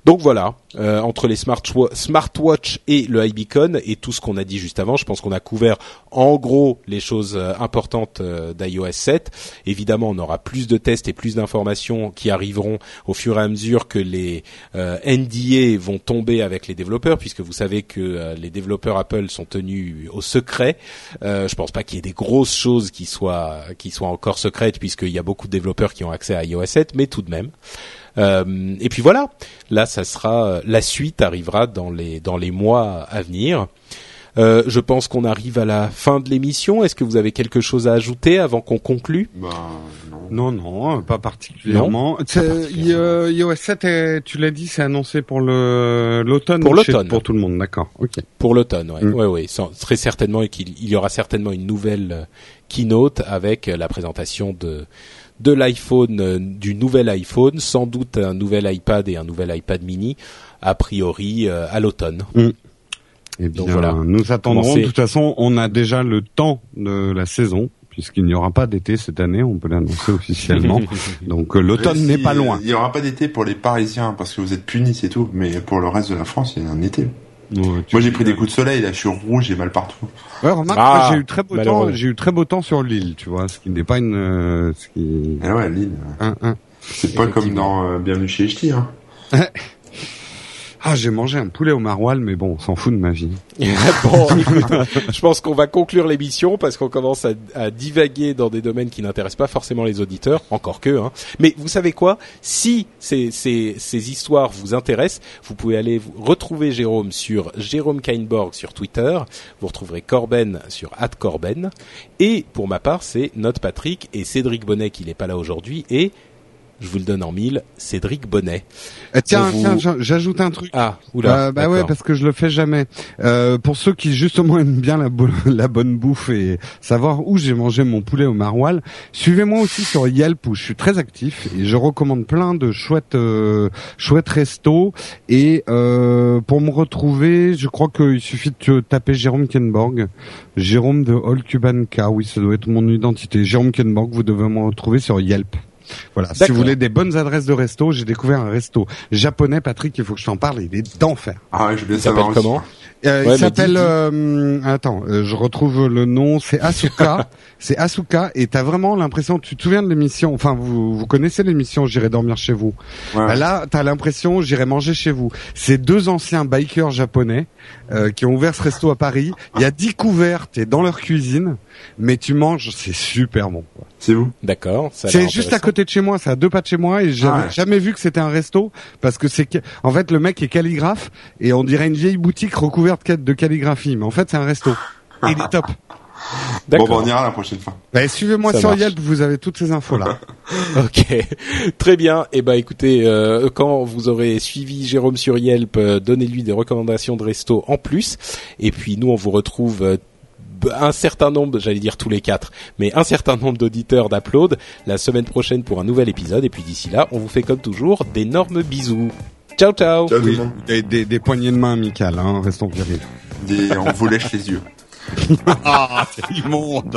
Donc voilà, euh, entre les smart smartwatch et le iBeacon et tout ce qu'on a dit juste avant, je pense qu'on a couvert en gros les choses euh, importantes euh, d'iOS sept. Évidemment, on aura plus de tests et plus d'informations qui arriveront au fur et à mesure que les euh, N D A vont tomber avec les développeurs, puisque vous savez que euh, les développeurs Apple sont tenus au secret. Euh, je pense pas qu'il y ait des grosses choses qui soient qui soient encore secrètes, puisqu'il y a beaucoup de développeurs qui ont accès à iOS sept, mais tout de même. Euh, et puis voilà, là ça sera la suite arrivera dans les dans les mois à venir. Euh, je pense qu'on arrive à la fin de l'émission. Est-ce que vous avez quelque chose à ajouter avant qu'on conclue? Bah Non, non. non, pas particulièrement. Non, pas particulièrement. iOS sept, est, tu l'as dit, c'est annoncé pour le l'automne. Pour l'automne. Pour tout le monde, d'accord. Ok. Pour l'automne, ouais, Mm. ouais, ouais. Sans, très certainement qu'il il y aura certainement une nouvelle euh, keynote avec euh, la présentation de de l'iPhone, euh, du nouvel iPhone, sans doute un nouvel iPad et un nouvel iPad mini, a priori euh, à l'automne. Mm. Et bien, Donc voilà. nous attendrons. Commencer. De toute façon, on a déjà le temps de la saison, puisqu'il n'y aura pas d'été cette année, on peut l'annoncer officiellement. Donc euh, l'automne Si, n'est pas loin. Il y aura pas d'été pour les Parisiens parce que vous êtes punis, c'est tout. Mais pour le reste de la France, il y a un été. Ouais, tu- Moi, j'ai pris des coups de soleil, là, je suis rouge, j'ai mal partout. Ouais, remarque, Ah, moi, j'ai eu très beau malheureux. temps. J'ai eu très beau temps sur l'île, tu vois, ce qui n'est pas une, euh, ce qui. Et ouais, Lille, Un, un. c'est pas comme dans euh, Bienvenue chez Ch'ti, hein. Ah, j'ai mangé un poulet au maroilles, mais bon, on s'en fout de ma vie. Bon, écoute, je pense qu'on va conclure l'émission parce qu'on commence à, à divaguer dans des domaines qui n'intéressent pas forcément les auditeurs, encore que. Hein. Mais vous savez quoi? Si ces, ces, ces histoires vous intéressent, vous pouvez aller vous retrouver Jérôme sur Jérôme Kainborg sur Twitter. Vous retrouverez Corben sur arobase Corben. Et pour ma part, c'est Note Patrick et Cédric Bonnet qui n'est pas là aujourd'hui et je vous le donne en mille, Cédric Bonnet. Euh, tiens, vous- tiens, j'a- j'ajoute un truc. Ah, oula. Euh, bah d'accord. ouais, parce que je le fais jamais. Euh, pour ceux qui justement aiment bien la, bo- la bonne bouffe et savoir où j'ai mangé mon poulet au maroilles, suivez-moi aussi sur Yelp où je suis très actif et je recommande plein de chouettes, euh, chouettes restos. Et euh, pour me retrouver, je crois qu'il suffit de taper Jérôme Kainborg, Jérôme de All Cuban Car. Oui, ça doit être mon identité. Jérôme Kainborg, vous devez me retrouver sur Yelp. Voilà, si D'accord. vous voulez des bonnes adresses de resto, j'ai découvert un resto japonais, Patrick, il faut que je t'en parle, il est d'enfer. Ah ouais, je vais Il savoir s'appelle aussi. comment? Euh, Ouais, mais il s'appelle, dis- dis. euh, attends, euh, je retrouve le nom, c'est Asuka, c'est Asuka, et t'as vraiment l'impression, tu te souviens de l'émission, enfin, vous, vous connaissez l'émission J'irai dormir chez vous. Ouais. Bah là, t'as l'impression, j'irai manger chez vous. C'est deux anciens bikers japonais, euh, qui ont ouvert ce resto à Paris. Il y a dix couverts, t'es dans leur cuisine, mais tu manges, c'est super bon, quoi. C'est où? D'accord. ça a l'air C'est juste à intéressant. côté de chez moi, c'est à deux pas de chez moi et j'avais Ah ouais. jamais vu que c'était un resto parce que c'est que- en fait le mec est calligraphe et on dirait une vieille boutique recouverte de calligraphie mais en fait c'est un resto. Et il est top. Bon, D'accord. bah, on ira la prochaine fois. Bah, suivez-moi Ça sur marche. Yelp, vous avez toutes ces infos là. Ok, très bien. Et ben écoutez, euh, quand vous aurez suivi Jérôme sur Yelp, euh, donnez-lui des recommandations de resto en plus. Et puis nous, on vous retrouve euh, un certain nombre, j'allais dire tous les quatre, mais un certain nombre d'auditeurs d'Upload la semaine prochaine pour un nouvel épisode. Et puis d'ici là, on vous fait comme toujours d'énormes bisous. Ciao, ciao. Ciao tout Oui. le monde. Des, des, des poignées de main amicales, hein, restons virils. Des- on vous lèche les yeux. Ah, c'est immonde.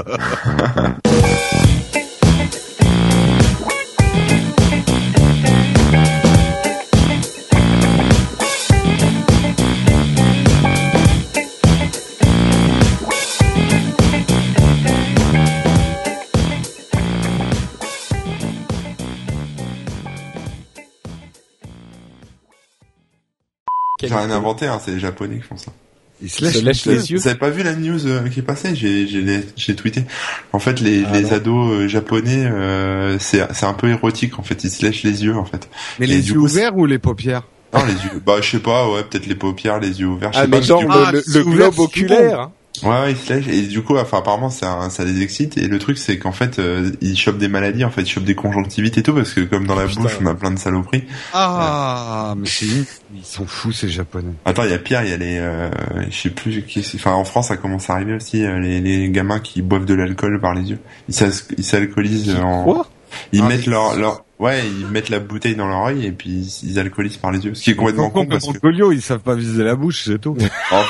Quel- J'ai rien inventé, hein, c'est les Japonais qui font ça. Il se Se lèche lèche les les yeux. Vous avez pas vu la news euh, qui est passée? J'ai, j'ai, j'ai tweeté. En fait, les, Ah, les non. ados euh, japonais, euh, c'est, c'est un peu érotique. En fait, ils se lèchent les yeux, en fait. Mais Et les du yeux coup, ouverts ou les paupières? Non, les yeux. Bah, je sais pas. Ouais, peut-être les paupières, les yeux ouverts. Je Ah sais mais pas. genre du le, coup- Ah, le- c'est le ouvert, globe c'est oculaire. hein. Ouais, ouais, ils se lèchent. Et du coup, enfin, apparemment, ça, ça les excite. Et le truc, c'est qu'en fait, euh, ils chopent des maladies. En fait, ils chopent des conjonctivites et tout, parce que comme dans la Putain. bouche, on a plein de saloperies. Ah, mais c'est ils sont fous ces japonais. Attends, il y a pire. Il y a les, euh, je sais plus qui. c'est- Enfin, en France, ça commence à arriver aussi. euh, Les, les gamins qui boivent de l'alcool par les yeux. Ils s'as- ils s'alcoolisent en. Quoi? Ils Ah, mettent mais- leur, leur, ouais, ils mettent la bouteille dans leur œil et puis ils, ils alcoolisent par les yeux. Ce qui est complètement con parce que, Golio, ils savent pas viser la bouche, c'est tout.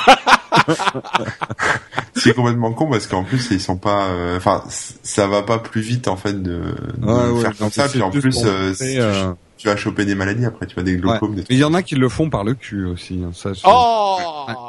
ce qui est complètement con parce qu'en plus ils sont pas, euh, enfin, c- ça va pas plus vite en fait de, de Ouais, ouais, faire non, comme ça. c'est Puis en juste plus, pour euh, montrer, c'est- euh, tu vas choper des maladies après, tu vois, des glaucomes, des trucs. Il y en a qui le font par le cul aussi. Hein, ça, oh,